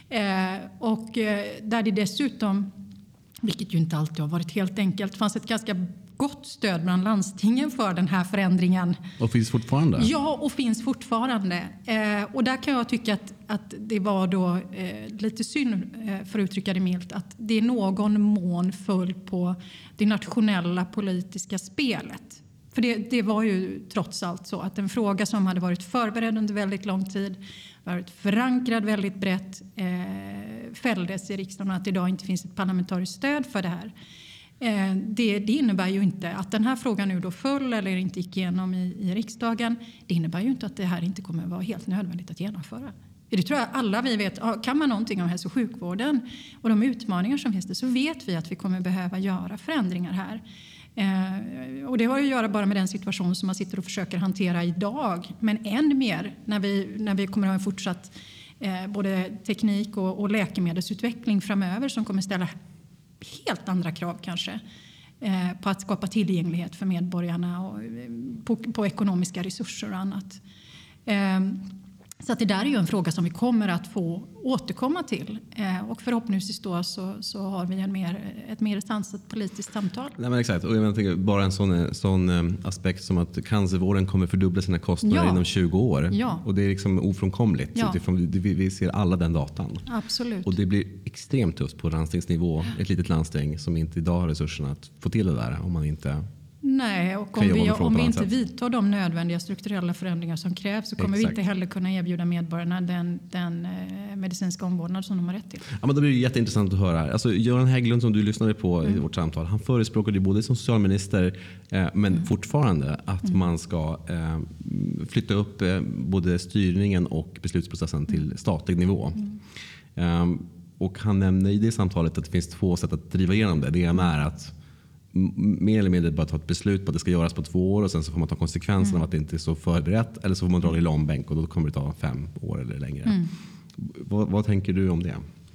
Och där det dessutom, vilket ju inte alltid har varit helt enkelt, fanns ett ganska gott stöd bland landstingen för den här förändringen. Och finns fortfarande? Ja, och finns fortfarande. Och där kan jag tycka att det var då lite synd, för att uttrycka det milt, att det i någon mån föll på det nationella politiska spelet. För det var ju trots allt så att en fråga som hade varit förberedd under väldigt lång tid, varit förankrad väldigt brett, fälldes i riksdagen och att idag inte finns ett parlamentariskt stöd för det här. Det innebär ju inte att den här frågan nu då föll eller inte gick igenom i riksdagen. Det innebär ju inte att det här inte kommer att vara helt nödvändigt att genomföra. Det tror jag alla vi vet. Kan man någonting om hälso- och sjukvården och de utmaningar som finns där så vet vi att vi kommer behöva göra förändringar här. Och det har ju att göra bara med den situation som man sitter och försöker hantera idag. Men än mer när vi kommer att ha en fortsatt både teknik och läkemedelsutveckling framöver som kommer ställa helt andra krav kanske på att skapa tillgänglighet för medborgarna och på ekonomiska resurser och annat. Så att det där är ju en fråga som vi kommer att få återkomma till. Och förhoppningsvis då så har vi ett mer sansat politiskt samtal. Nej, men exakt. Och jag tänker bara en sån aspekt som att cancervården kommer fördubbla sina kostnader inom 20 år. Ja. Och det är liksom ofrånkomligt. Ja. Vi ser alla den datan. Absolut. Och det blir extremt tufft på landstingsnivå. Ett litet landsting som inte idag har resurserna att få till det där om man inte Nej, och om vi inte vidtar de nödvändiga strukturella förändringar som krävs så kommer vi inte heller kunna erbjuda medborgarna den medicinska omvårdnad som de har rätt till. Ja, men det blir jätteintressant att höra. Alltså, Göran Hägglund som du lyssnade på i vårt samtal, han förespråkade både som socialminister men fortfarande att man ska flytta upp både styrningen och beslutsprocessen till statlig nivå. Och han nämnde i det samtalet att det finns 2 sätt att driva igenom det. Det ena är att mer eller mindre bara ta ett beslut på att det ska göras på 2 år och sen så får man ta konsekvenserna av att det inte är så förberett, eller så får man dra det i långbänk och då kommer det ta 5 år eller längre. Vad tänker du om det?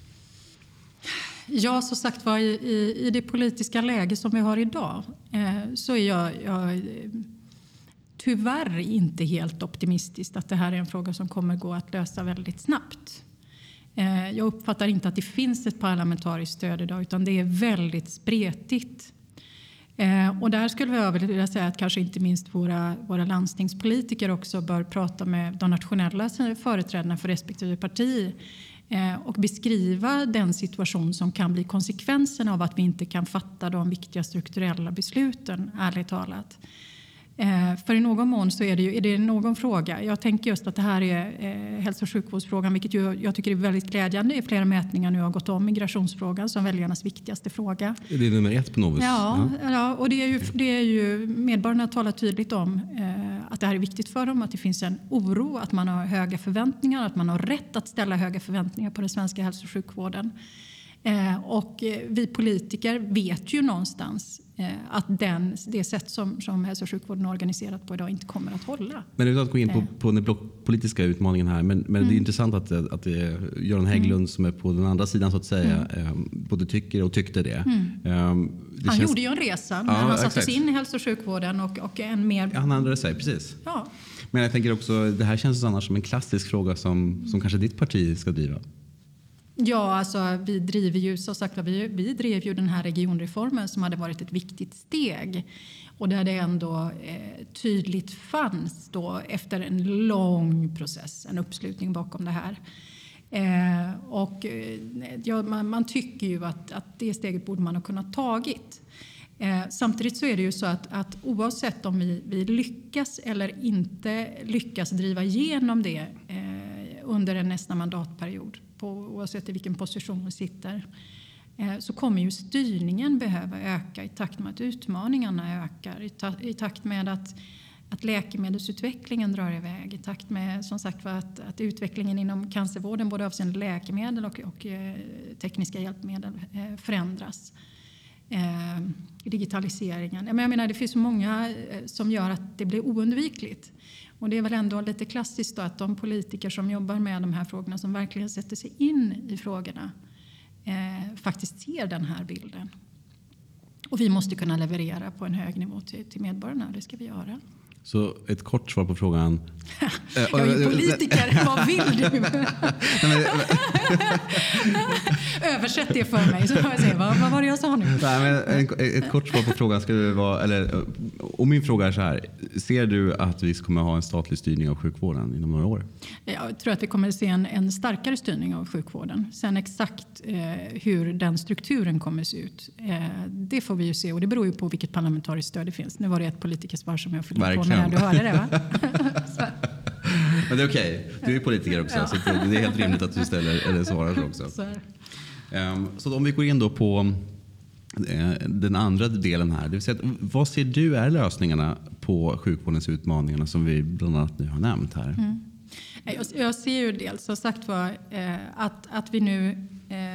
Ja, så sagt var, i det politiska läge som vi har idag så är jag tyvärr inte helt optimistisk att det här är en fråga som kommer gå att lösa väldigt snabbt. Jag uppfattar inte att det finns ett parlamentariskt stöd idag, utan det är väldigt spretigt. Och där skulle jag vilja säga att kanske inte minst våra landstingspolitiker också bör prata med de nationella företrädarna för respektive parti och beskriva den situation som kan bli konsekvensen av att vi inte kan fatta de viktiga strukturella besluten, ärligt talat. För i någon mån så är det någon fråga. Jag tänker just att det här är hälso- och sjukvårdsfrågan, vilket jag tycker är väldigt glädjande. I flera mätningar nu har gått om migrationsfrågan som väljarnas viktigaste fråga. Det är nummer 1 på något vis. Ja, och det är ju medborgarna talar tydligt om att det här är viktigt för dem, att det finns en oro, att man har höga förväntningar, att man har rätt att ställa höga förväntningar på den svenska hälso- och sjukvården. Och vi politiker vet ju någonstans att det sätt som hälso- och sjukvården är organiserat på idag inte kommer att hålla. Men utan att gå in på den blockpolitiska utmaningen här, men det är intressant att det är Göran Hägglund som är på den andra sidan så att säga, både tycker och tyckte det. Han gjorde ju en resa när han satte sig in i hälso- och sjukvården och en mer... Ja, han ändrade sig, precis. Ja. Men jag tänker också, det här känns annars som en klassisk fråga som kanske ditt parti ska driva. Ja, alltså vi driver ju, så sagt, vi drev ju den här regionreformen som hade varit ett viktigt steg. Och där det ändå tydligt fanns då efter en lång process en uppslutning bakom det här. Man tycker ju att det steget borde man ha kunnat tagit. Samtidigt så är det ju så att oavsett om vi lyckas eller inte lyckas driva igenom det under en nästa mandatperiod, oavsett i vilken position vi sitter, så kommer ju styrningen behöva öka i takt med att utmaningarna ökar, i takt med att läkemedelsutvecklingen drar iväg, i takt med som sagt att utvecklingen inom cancervården både avseende läkemedel och tekniska hjälpmedel förändras. Digitaliseringen. Jag menar, det finns så många som gör att det blir oundvikligt. Och det är väl ändå lite klassiskt då att de politiker som jobbar med de här frågorna, som verkligen sätter sig in i frågorna, faktiskt ser den här bilden. Och vi måste kunna leverera på en hög nivå till medborgarna. Det ska vi göra. Så ett kort svar på frågan. Jag är politiker, vad vill du? Översätt det för mig så får jag se, vad var det jag sa nu? Nej, men ett kort svar på frågan skulle vara, och min fråga är så här: ser du att vi kommer ha en statlig styrning av sjukvården inom några år? Jag tror att vi kommer att se en starkare styrning av sjukvården. Sen exakt hur den strukturen kommer att se ut, det får vi ju se, och det beror ju på vilket parlamentariskt stöd det finns. Nu var det ett politikersvar som jag fyllde på med när du hörde det, va? Men det är okej. Du är politiker också, ja. Så det är helt rimligt att du ställer eller svarar så också. Så om vi går in då på den andra delen här. Det vill säga, vad ser du är lösningarna på sjukvårdens utmaningarna som vi bland annat nu har nämnt här? Jag ser ju dels så sagt var att vi nu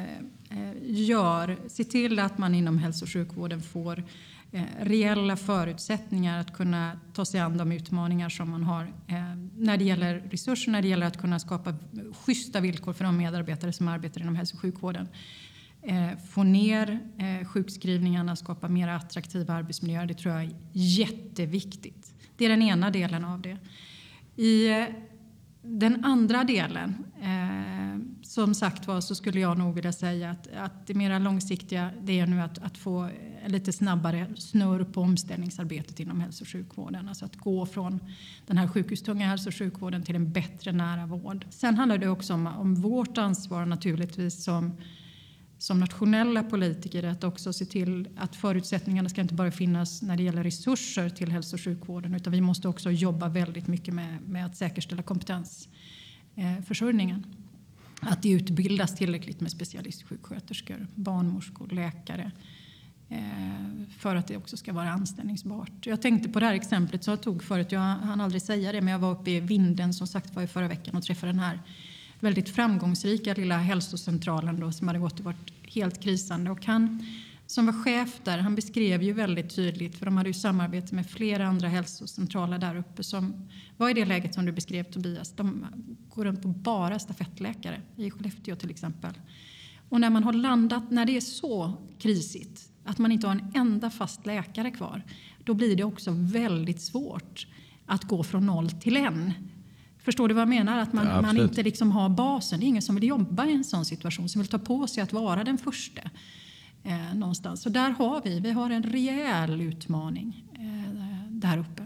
ser till att man inom hälso- och sjukvården får reella förutsättningar att kunna ta sig an de utmaningar som man har när det gäller resurser, när det gäller att kunna skapa schyssta villkor för de medarbetare som arbetar inom hälso- och sjukvården. Få ner sjukskrivningarna, skapa mer attraktiva arbetsmiljöer, det tror jag är jätteviktigt. Det är den ena delen av det. I den andra delen, som sagt var, så skulle jag nog vilja säga att det mera långsiktiga, det är nu att få lite snabbare snurr på omställningsarbetet inom hälso- och sjukvården. Alltså att gå från den här sjukhustunga hälso- och sjukvården till en bättre nära vård. Sen handlar det också om vårt ansvar naturligtvis som nationella politiker att också se till att förutsättningarna ska inte bara finnas när det gäller resurser till hälso- och sjukvården, utan vi måste också jobba väldigt mycket med att säkerställa kompetensförsörjningen. Att det utbildas tillräckligt med specialistsjuksköterskor, barnmorskor, läkare för att det också ska vara anställningsbart. Jag tänkte på det här exemplet som jag tog förut, jag hann aldrig säga det, men jag var uppe i Vinden som sagt var i förra veckan och träffade den här väldigt framgångsrika lilla hälsocentralen då, som hade gått och varit helt krisande. Och han som var chef där, han beskrev ju väldigt tydligt, för de hade ju samarbete med flera andra hälsocentraler där uppe som var i det läget som du beskrev, Tobias. De går runt på bara stafettläkare i Skellefteå till exempel. Och när man har landat, när det är så krisigt att man inte har en enda fast läkare kvar, då blir det också väldigt svårt att gå från 0 till 1. Förstår du vad jag menar? Att man inte liksom har basen. Det är ingen som vill jobba i en sån situation, som vill ta på sig att vara den första någonstans. Så där har vi har en rejäl utmaning där uppe.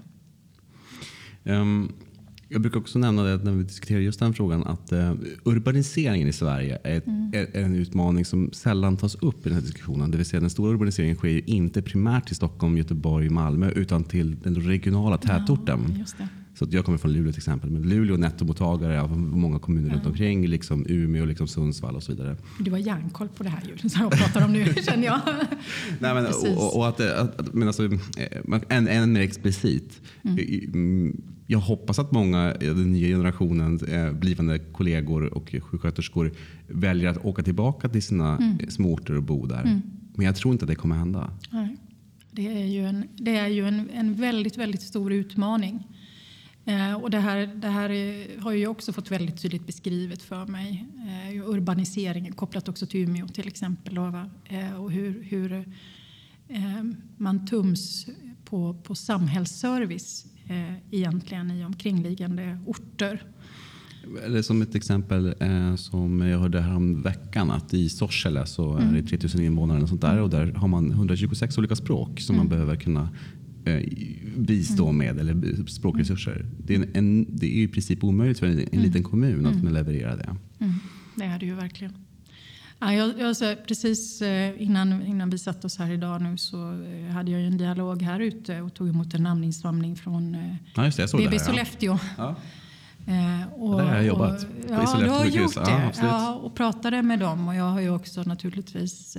Jag brukar också nämna det när vi diskuterar just den frågan, att urbaniseringen i Sverige är en utmaning som sällan tas upp i den här diskussionen. Det vill säga den stora urbaniseringen sker ju inte primärt i Stockholm, Göteborg, Malmö, utan till den regionala tätorten. Ja, just det. Så jag kommer från Luleå till exempel, men Luleå är nettomottagare av många kommuner runt omkring, liksom Umeå, liksom Sundsvall och så vidare. Du har järnkoll på det här ju, som jag pratar om nu, känner jag. Nej, men, men alltså, än mer explicit. Jag hoppas att många i den nya generationen blivande kollegor och sjuksköterskor väljer att åka tillbaka till sina småorter och bo där. Men jag tror inte att det kommer hända. Nej. Det är ju en väldigt, väldigt stor utmaning. Och det här har ju också fått väldigt tydligt beskrivet för mig. Urbaniseringen kopplat också till Umeå till exempel. Och hur man tums på samhällsservice egentligen i omkringliggande orter. Eller som ett exempel som jag hörde här om veckan, att i Sorsele så är det 3000 invånare och sånt där, och där har man 126 olika språk som man behöver kunna bistå med, eller språkresurser. Det är ju i princip omöjligt för en liten kommun att kunna leverera det. Det är det ju verkligen. Ja, jag precis innan vi satt oss här idag nu, så hade jag ju en dialog här ute och tog emot en namninsamling från BB Sollefteå. Ja. Och där har jag jobbat. Ja, du har gjort det. Ja, och pratade med dem. Och jag har ju också naturligtvis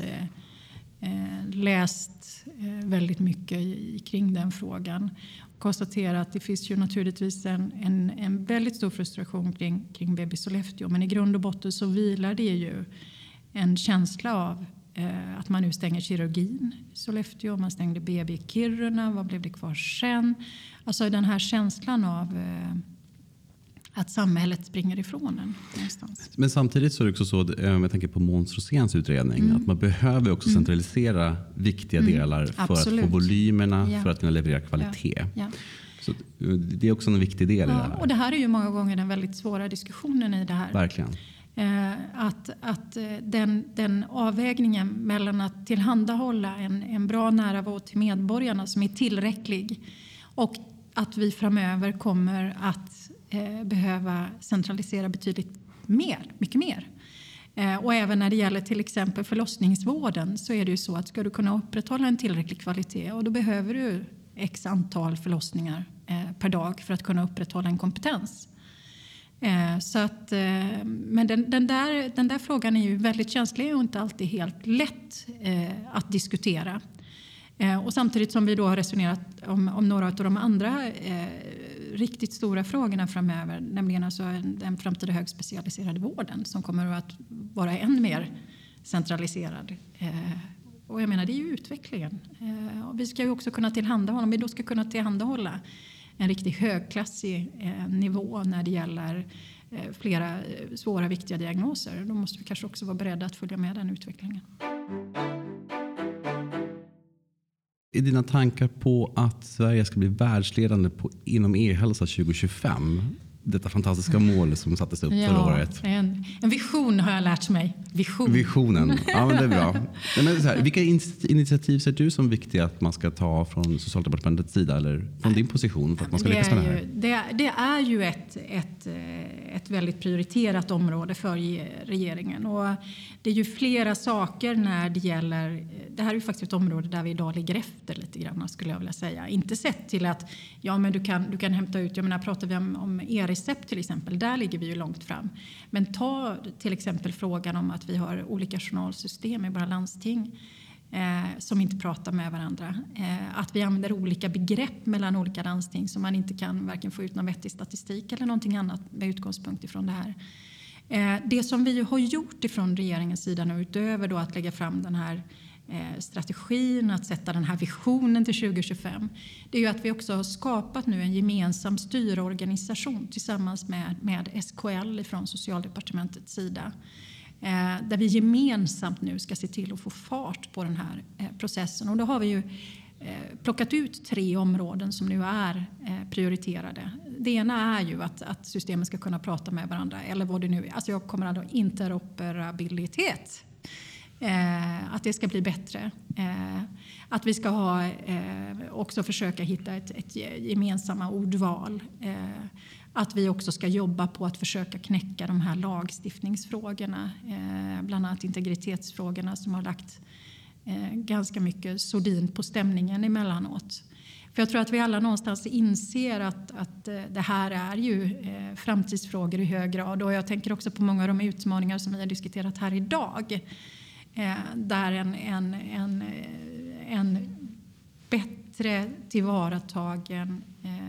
läst väldigt mycket kring den frågan. Och konstaterat att det finns ju naturligtvis en väldigt stor frustration kring BB Sollefteå. Men i grund och botten så vilar det ju en känsla av att man nu stänger kirurgin i Sollefteå. Man stängde BB i Kiruna. Vad blev det kvar sen? Alltså den här känslan av att samhället springer ifrån en någonstans. Men samtidigt så är det också så, jag tänker på Måns Roséns utredning, att man behöver också centralisera viktiga delar för att få volymerna, för att kunna leverera kvalitet. Ja. Så det är också en viktig del i det här. Och det här är ju många gånger den väldigt svåra diskussionen i det här. Verkligen. Att den avvägningen mellan att tillhandahålla en bra nära vård till medborgarna som är tillräcklig, och att vi framöver kommer att behöva centralisera betydligt mycket mer. Och även när det gäller till exempel förlossningsvården, så är det ju så att ska du kunna upprätthålla en tillräcklig kvalitet, och då behöver du x antal förlossningar per dag för att kunna upprätthålla en kompetens. Så att, men den där frågan är ju väldigt känslig och inte alltid helt lätt att diskutera. Och samtidigt som vi då har resonerat om några av de andra riktigt stora frågorna framöver, nämligen alltså den framtida högspecialiserade vården som kommer att vara än mer centraliserad. Och jag menar, det är ju utvecklingen. Och vi ska ju också kunna tillhandahålla, om vi då ska kunna tillhandahålla en riktigt högklassig nivå när det gäller flera svåra viktiga diagnoser, då måste vi kanske också vara beredda att följa med den utvecklingen. Är dina tankar på att Sverige ska bli världsledande inom e-hälsa 2025? Detta fantastiska mål som sattes upp förra året. En vision har jag lärt mig. Visionen, ja, men det är bra. Men så här, vilka initiativ ser du som viktiga att man ska ta från Socialdepartementets sida eller från din position för att man ska lyckas med det här? Det är ju ett väldigt prioriterat område för regeringen. Och det är ju flera saker när det gäller... Det här är ju faktiskt ett område där vi idag ligger efter lite grann, skulle jag vilja säga. Inte sett till att men du kan hämta ut... Jag menar, pratar vi om e-recept till exempel, där ligger vi ju långt fram. Men ta till exempel frågan om att vi har olika journalsystem i våra landsting som inte pratar med varandra. Att vi använder olika begrepp mellan olika landsting så man inte kan varken få ut någon vettig statistik eller någonting annat med utgångspunkt ifrån det här. Det som vi har gjort ifrån regeringens sida nu, utöver då att lägga fram den här strategin, att sätta den här visionen till 2025, det är ju att vi också har skapat nu en gemensam styrorganisation tillsammans med SKL från Socialdepartementets sida. Där vi gemensamt nu ska se till att få fart på den här processen. Och då har vi ju plockat ut 3 områden som nu är prioriterade. Det ena är ju att systemen ska kunna prata med varandra, eller vad det nu är. Alltså jag kommer att interoperabilitet. Att det ska bli bättre. Att vi ska också försöka hitta ett gemensamma ordval. Att vi också ska jobba på att försöka knäcka de här lagstiftningsfrågorna. Bland annat integritetsfrågorna som har lagt ganska mycket sordin på stämningen emellanåt. För jag tror att vi alla någonstans inser att det här är ju framtidsfrågor i hög grad. Och jag tänker också på många av de utmaningar som vi har diskuterat här idag. Där en bättre tillvaratagen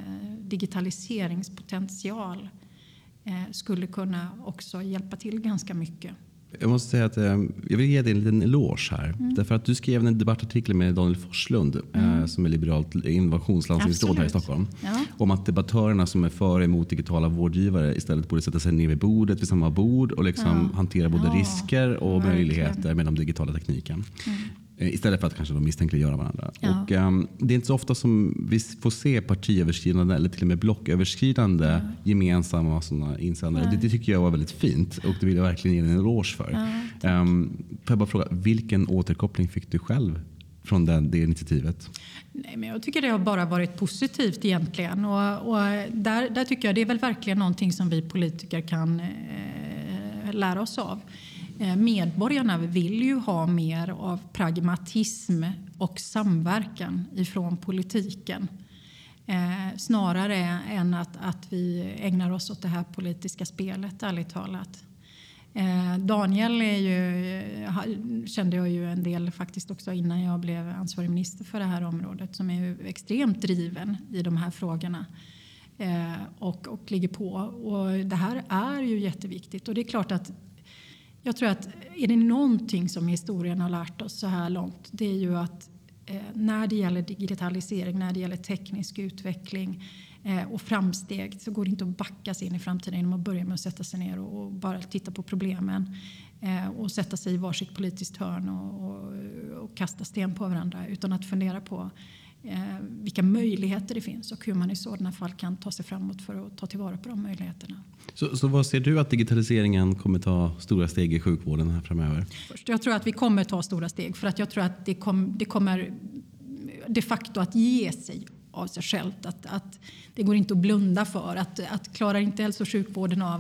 digitaliseringspotential skulle kunna också hjälpa till ganska mycket. Jag måste säga att jag vill ge dig en liten eloge här. Därför att du skrev en debattartikel med Daniel Forslund som är liberalt innovationslandstingsråd här i Stockholm. Ja. Om att debattörerna som är för och emot digitala vårdgivare istället borde sätta sig ner vid bordet, vid samma bord och liksom hantera både risker och möjligheter med den digitala tekniken. Istället för att kanske de misstänkliggöra varandra. Ja. Och, det är inte så ofta som vi får se partiöverskridande eller till och med blocköverskridande gemensamma sådana insändare. Det tycker jag var väldigt fint och det vill jag verkligen ge en eloge för. Får jag bara fråga, vilken återkoppling fick du själv från det initiativet? Nej, men jag tycker det har bara varit positivt egentligen. Och där tycker jag det är väl verkligen någonting som vi politiker kan lära oss av. Medborgarna vill ju ha mer av pragmatism och samverkan ifrån politiken. Snarare än att vi ägnar oss åt det här politiska spelet, ärligt talat. Daniel kände jag ju en del faktiskt också innan jag blev ansvarig minister för det här området, som är ju extremt driven i de här frågorna. Och ligger på. Och det här är ju jätteviktigt. Och det är klart att jag tror att är det någonting som historien har lärt oss så här långt, det är ju att när det gäller digitalisering, när det gäller teknisk utveckling och framsteg, så går det inte att backa sig in i framtiden genom att börja med att sätta sig ner och bara titta på problemen och sätta sig i varsitt politiskt hörn och kasta sten på varandra, utan att fundera på vilka möjligheter det finns och hur man i sådana fall kan ta sig framåt för att ta tillvara på de möjligheterna. Så vad ser du att digitaliseringen kommer ta stora steg i sjukvården här framöver? Jag tror att vi kommer ta stora steg, för att jag tror att det kommer de facto att ge sig av sig självt. Att det går inte att blunda för. Att klarar inte hälso- och sjukvården av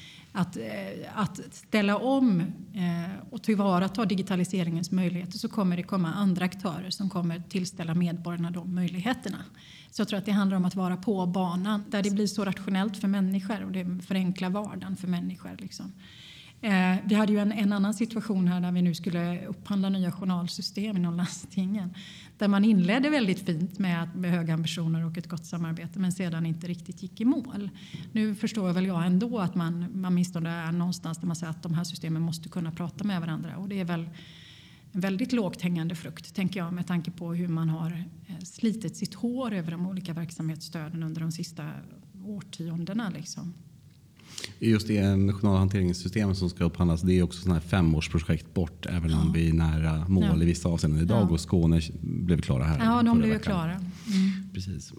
att ställa om och tillvarata digitaliseringens möjligheter, så kommer det komma andra aktörer som kommer tillställa medborgarna de möjligheterna. Så jag tror att det handlar om att vara på banan där det blir så rationellt för människor och det förenklar vardagen för människor. Liksom. Vi hade ju en annan situation här där vi nu skulle upphandla nya journalsystem inom landstingen. Där man inledde väldigt fint med höga ambitioner och ett gott samarbete, men sedan inte riktigt gick i mål. Nu förstår väl jag ändå att man åtminstone är någonstans där man säger att de här systemen måste kunna prata med varandra. Och det är väl en väldigt lågt hängande frukt, tänker jag, med tanke på hur man har slitit sitt hår över de olika verksamhetsstöden under de sista årtiondena liksom. Just det journalhanteringssystem som ska upphandlas, det är också sådana här 5-årsprojekt bort, även om vi är nära mål i vissa avseenden idag och Skåne blev klara här. Ja, de blev klara. Precis.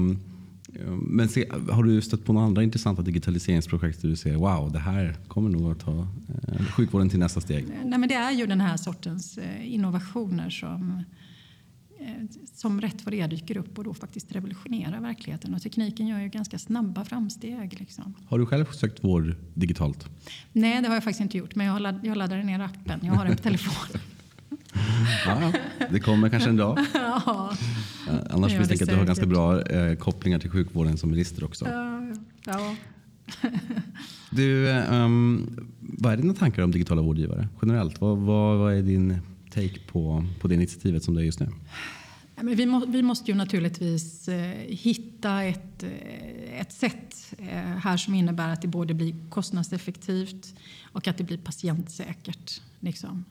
Men har du stött på några andra intressanta digitaliseringsprojekt där du ser wow, det här kommer nog att ta sjukvården till nästa steg? Nej, men det är ju den här sortens innovationer som som rätt vad det dyker upp och då faktiskt revolutionerar verkligheten. Och tekniken gör ju ganska snabba framsteg. Liksom. Har du själv sökt vård digitalt? Nej, det har jag faktiskt inte gjort. Men jag laddade ner appen. Jag har den på telefonen. Ja, det kommer kanske en dag. Ja, annars finns det att du har ganska bra kopplingar till sjukvården som minister också. Ja. Du, vad är dina tankar om digitala vårdgivare generellt? Vad är din take på det initiativet som det är just nu? Men vi måste ju naturligtvis hitta ett sätt här som innebär att det både blir kostnadseffektivt och att det blir patientsäkert. Liksom.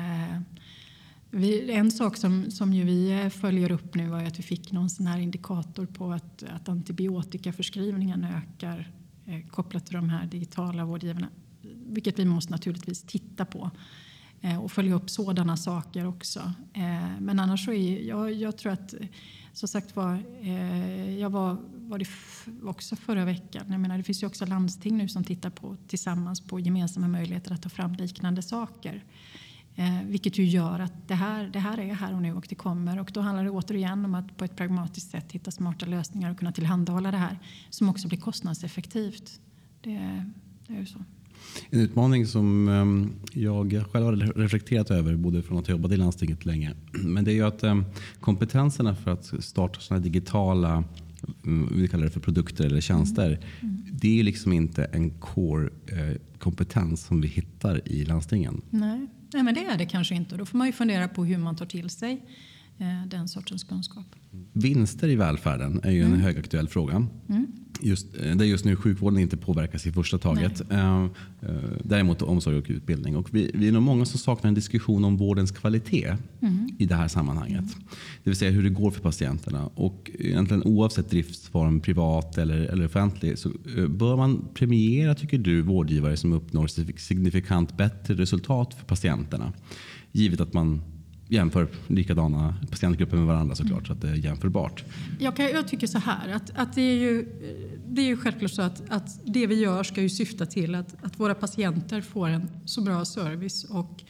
En sak som ju vi följer upp nu var att vi fick någon sån här indikator på att antibiotikaförskrivningen ökar kopplat till de här digitala vårdgivarna. Vilket vi måste naturligtvis titta på och följa upp sådana saker också. Men annars så jag tror att, som sagt jag var det också förra veckan. Jag menar, det finns ju också landsting nu som tittar tillsammans på gemensamma möjligheter att ta fram liknande saker. Vilket ju gör att det här är här och nu och det kommer. Och då handlar det återigen om att på ett pragmatiskt sätt hitta smarta lösningar och kunna tillhandahålla det här som också blir kostnadseffektivt. Det är ju så. En utmaning som jag själv har reflekterat över både från att jag jobbade i landstinget länge. Men det är ju att kompetenserna för att starta sådana digitala, vi kallar det för produkter eller tjänster. Det är liksom inte en core-kompetens som vi hittar i landstingen. Nej, men det är det kanske inte. Då får man ju fundera på hur man tar till sig den sortens kunskap. Vinster i välfärden är ju en högaktuell fråga. Där just nu sjukvården inte påverkas i första taget. Däremot omsorg och utbildning. Och vi är nog många som saknar en diskussion om vårdens kvalitet i det här sammanhanget. Det vill säga hur det går för patienterna. Och egentligen oavsett driftsform, privat eller offentlig, så bör man premiera, tycker du, vårdgivare som uppnår signifikant bättre resultat för patienterna. Givet att man jämför likadana patientgrupper med varandra såklart, så att det är jämförbart. Jag tycker så här att det är ju självklart så att det vi gör ska ju syfta till att våra patienter får en så bra service och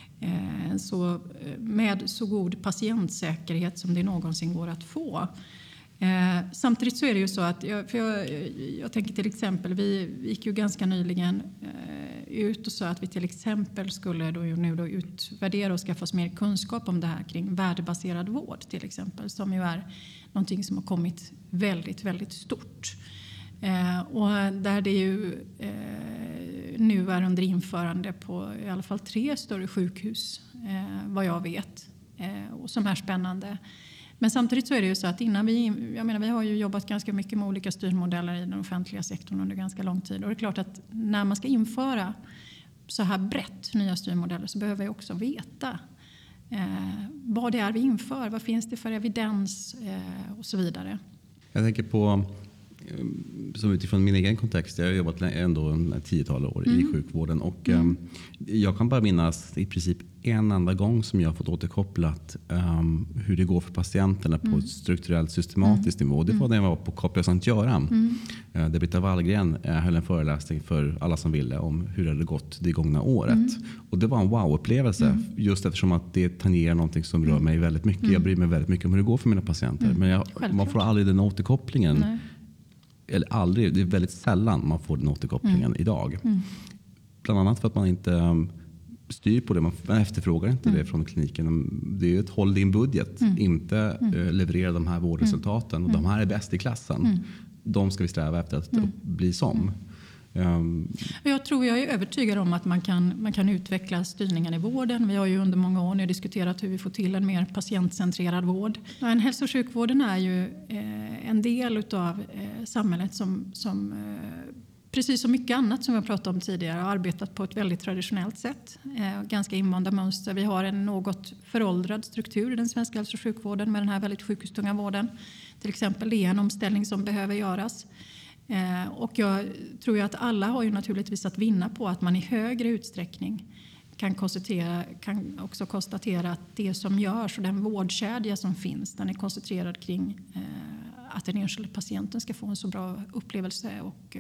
med så god patientsäkerhet som det någonsin går att få. Samtidigt så är det ju så att jag tänker till exempel, vi gick ju ganska nyligen ut och sa att vi till exempel skulle nu utvärdera och skaffa oss mer kunskap om det här kring värdebaserad vård till exempel, som ju är någonting som har kommit väldigt, väldigt stort. Och där det ju nu är under införande på i alla fall 3 större sjukhus, vad jag vet, och som är spännande. Men samtidigt så är det ju så att vi har ju jobbat ganska mycket med olika styrmodeller i den offentliga sektorn under ganska lång tid. Och det är klart att när man ska införa så här brett nya styrmodeller så behöver vi också veta vad det är vi inför. Vad finns det för evidens och så vidare. Jag tänker på, som utifrån min egen kontext, jag har jobbat ändå 10-tal år i sjukvården och jag kan bara minnas i princip en enda gång som jag har fått återkopplat hur det går för patienterna på ett strukturellt systematiskt nivå. Det var när jag var på Capio Sankt Göran där Britta Wallgren höll en föreläsning för alla som ville om hur det hade gått det gångna året. Och det var en wow-upplevelse just eftersom att det tangerar någonting som rör mig väldigt mycket. Jag bryr mig väldigt mycket om hur det går för mina patienter. Men man får aldrig den återkopplingen. Nej. Eller aldrig, det är väldigt sällan man får den återkopplingen idag. Bland annat för att man inte styr på det, man efterfrågar inte det från kliniken. Det är ju ett håll din budget, inte leverera de här vårdresultaten. Och de här är bäst i klassen. De ska vi sträva efter att bli som. Jag är övertygad om att man kan utveckla styrningen i vården. Vi har ju under många år nu diskuterat hur vi får till en mer patientcentrerad vård. En hälso- och sjukvården är ju en del av samhället som precis som mycket annat som vi har pratat om tidigare har arbetat på ett väldigt traditionellt sätt. Ganska invanda mönster. Vi har en något föråldrad struktur i den svenska hälso- och sjukvården med den här väldigt sjukhustunga vården. Till exempel, det är en omställning som behöver göras. Och jag tror ju att alla har ju naturligtvis att vinna på att man i högre utsträckning kan också konstatera att det som görs och den vårdkedja som finns, den är koncentrerad kring att den enskilda patienten ska få en så bra upplevelse och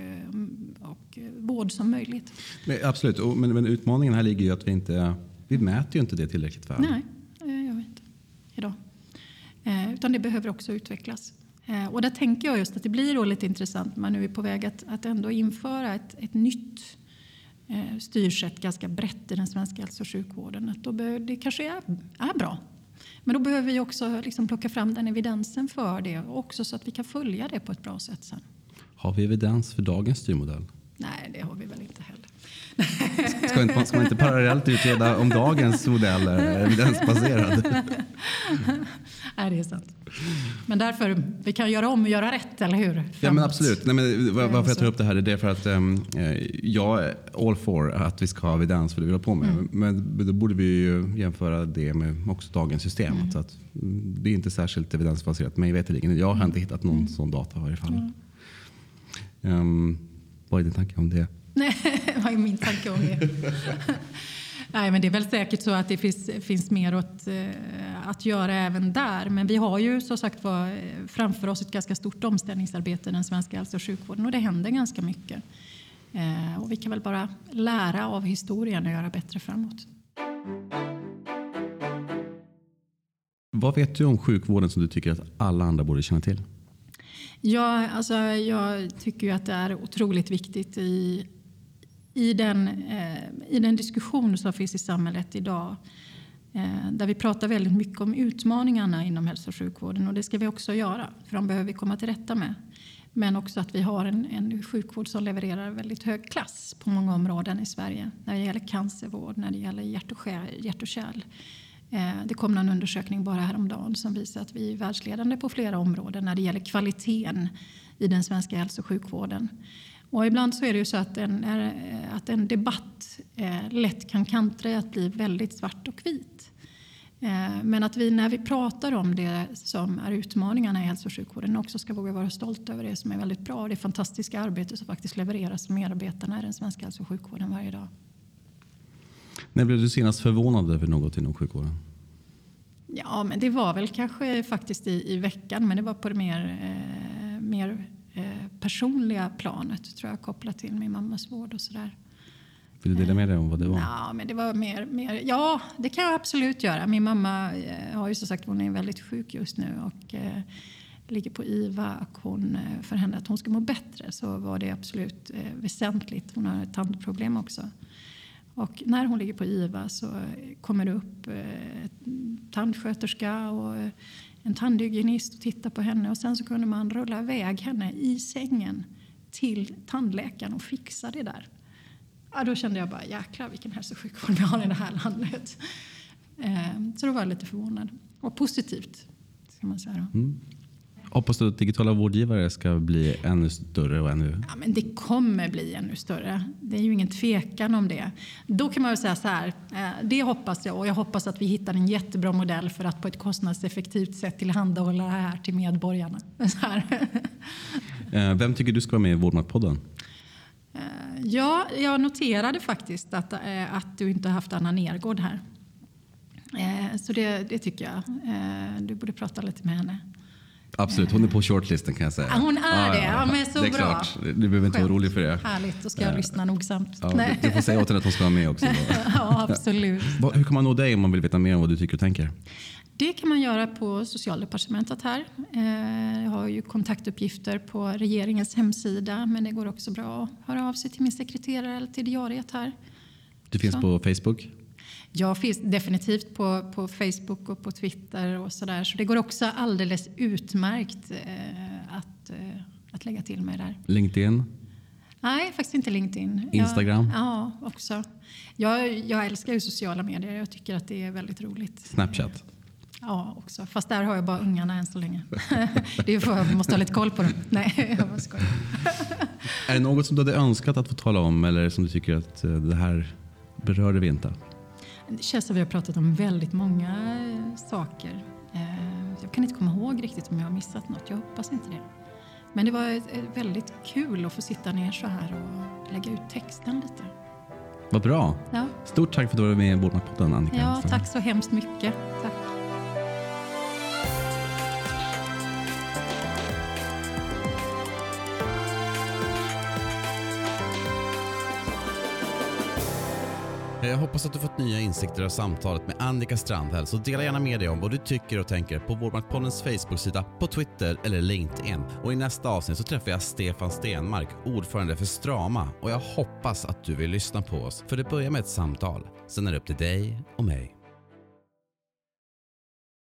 vård som möjligt. Men, absolut, men utmaningen här ligger ju att vi mäter ju inte det tillräckligt väl. Nej, jag vet inte idag. Utan det behöver också utvecklas. Och där tänker jag just att det blir då lite intressant. Man nu är på väg att ändå införa ett nytt styrsätt ganska brett i den svenska hälso- och sjukvården. Att då det kanske är bra. Men då behöver vi också liksom plocka fram den evidensen för det. Också så att vi kan följa det på ett bra sätt sen. Har vi evidens för dagens styrmodell? Nej, det har vi väl inte heller. Ska man inte parallellt utreda om dagens modell är evidensbaserad? Nej, det är sant. Men därför, vi kan göra om och göra rätt, eller hur? Framåt. Ja, men absolut. Nej, men varför jag tar upp det här är det för att jag är all for att vi ska ha evidens för det vi håller på med. Men då borde vi ju jämföra det med också dagens system. Så att det är inte särskilt evidensbaserat, men jag har inte hittat någon sån data i varje fall. Vad är din tanke om det? Nej, vad är min tanke om det? Nej, men det är väl säkert så att det finns mer att göra även där. Men vi har ju så sagt framför oss ett ganska stort omställningsarbete i den svenska hälso- och sjukvården. Och det händer ganska mycket. Och vi kan väl bara lära av historien och göra bättre framåt. Vad vet du om sjukvården som du tycker att alla andra borde känna till? Ja, alltså, jag tycker ju att det är otroligt viktigt i den diskussion som finns i samhället idag. Där vi pratar väldigt mycket om utmaningarna inom hälso- och sjukvården. Och det ska vi också göra, för de behöver vi komma till rätta med. Men också att vi har en sjukvård som levererar väldigt hög klass på många områden i Sverige. När det gäller cancervård, när det gäller hjärt och kärl. Det kom en undersökning bara häromdagen som visar att vi är världsledande på flera områden när det gäller kvaliteten i den svenska hälso- och sjukvården. Och ibland så är det ju så att en debatt lätt kan kantra i att bli väldigt svart och vit. Men att vi när vi pratar om det som är utmaningarna i hälso- och sjukvården också ska våga vara stolt över det som är väldigt bra. Och det fantastiska arbete som faktiskt levereras av medarbetarna i den svenska hälso- och sjukvården varje dag. När blev du senast förvånad över något inom sjukvården? Ja, men det var väl kanske faktiskt i veckan. Men det var på det mer personliga planet, tror jag, kopplat till min mammas vård och sådär. Vill du dela med dig om vad det var? Ja, men det var mer... Ja, det kan jag absolut göra. Min mamma har ju så sagt, hon är väldigt sjuk just nu och ligger på IVA. Och för henne att hon ska må bättre så var det absolut väsentligt. Hon har ett tandproblem också. Och när hon ligger på IVA så kommer det upp en tandsköterska och en tandhygienist och tittar på henne. Och sen så kunde man rulla iväg henne i sängen till tandläkaren och fixa det där. Ja, då kände jag bara, jäklar vilken hälso- och sjukvård vi har i det här landet. Så då var jag lite förvånad. Och positivt, ska man säga då. Hoppas du att digitala vårdgivare ska bli ännu större och ännu... Ja, men det kommer bli ännu större. Det är ju ingen tvekan om det. Då kan man väl säga så här, det hoppas jag. Och jag hoppas att vi hittar en jättebra modell för att på ett kostnadseffektivt sätt tillhandahålla det här till medborgarna. Så här. Vem tycker du ska vara med i Vårdmatpodden? Ja, jag noterade faktiskt att du inte har haft Anna Nergård här. Så det tycker jag. Du borde prata lite med henne. Absolut, hon är på shortlisten kan jag säga. Hon är det, ja, men så det är bra. Klart. Du behöver inte vara orolig för det. Härligt, då ska jag lyssna nogsamt. Ja, du får säga åt henne att hon ska vara med också. Ja, absolut. Hur kan man nå dig om man vill veta mer om vad du tycker och tänker? Det kan man göra på Socialdepartementet här. Jag har ju kontaktuppgifter på regeringens hemsida, men det går också bra att höra av sig till min sekreterare eller till diariet här. Du finns på Facebook? Jag finns definitivt på Facebook och på Twitter och sådär. Så det går också alldeles utmärkt att lägga till mig där. LinkedIn? Nej, faktiskt inte LinkedIn. Instagram? Ja, också. Jag älskar ju sociala medier. Jag tycker att det är väldigt roligt. Snapchat? Ja, också. Fast där har jag bara ungarna än så länge. Det är för att jag måste ha lite koll på dem. Nej, jag bara skojar. Är det något som du hade önskat att få tala om eller som du tycker att det här berörde vi inte? Det känns som vi har pratat om väldigt många saker. Jag kan inte komma ihåg riktigt om jag har missat något. Jag hoppas inte det. Men det var väldigt kul att få sitta ner så här och lägga ut texten lite. Vad bra. Ja. Stort tack för att du var med i Vårdmatpodden, Annika. Ja, tack så hemskt mycket. Tack. Jag hoppas att du fått nya insikter av samtalet med Annika Strandhäll, så dela gärna med dig om vad du tycker och tänker på Vårdmaktpoddens Facebook-sida, på Twitter eller LinkedIn. Och i nästa avsnitt så träffar jag Stefan Stenmark, ordförande för Strama, och jag hoppas att du vill lyssna på oss. För det börjar med ett samtal, sen är det upp till dig och mig.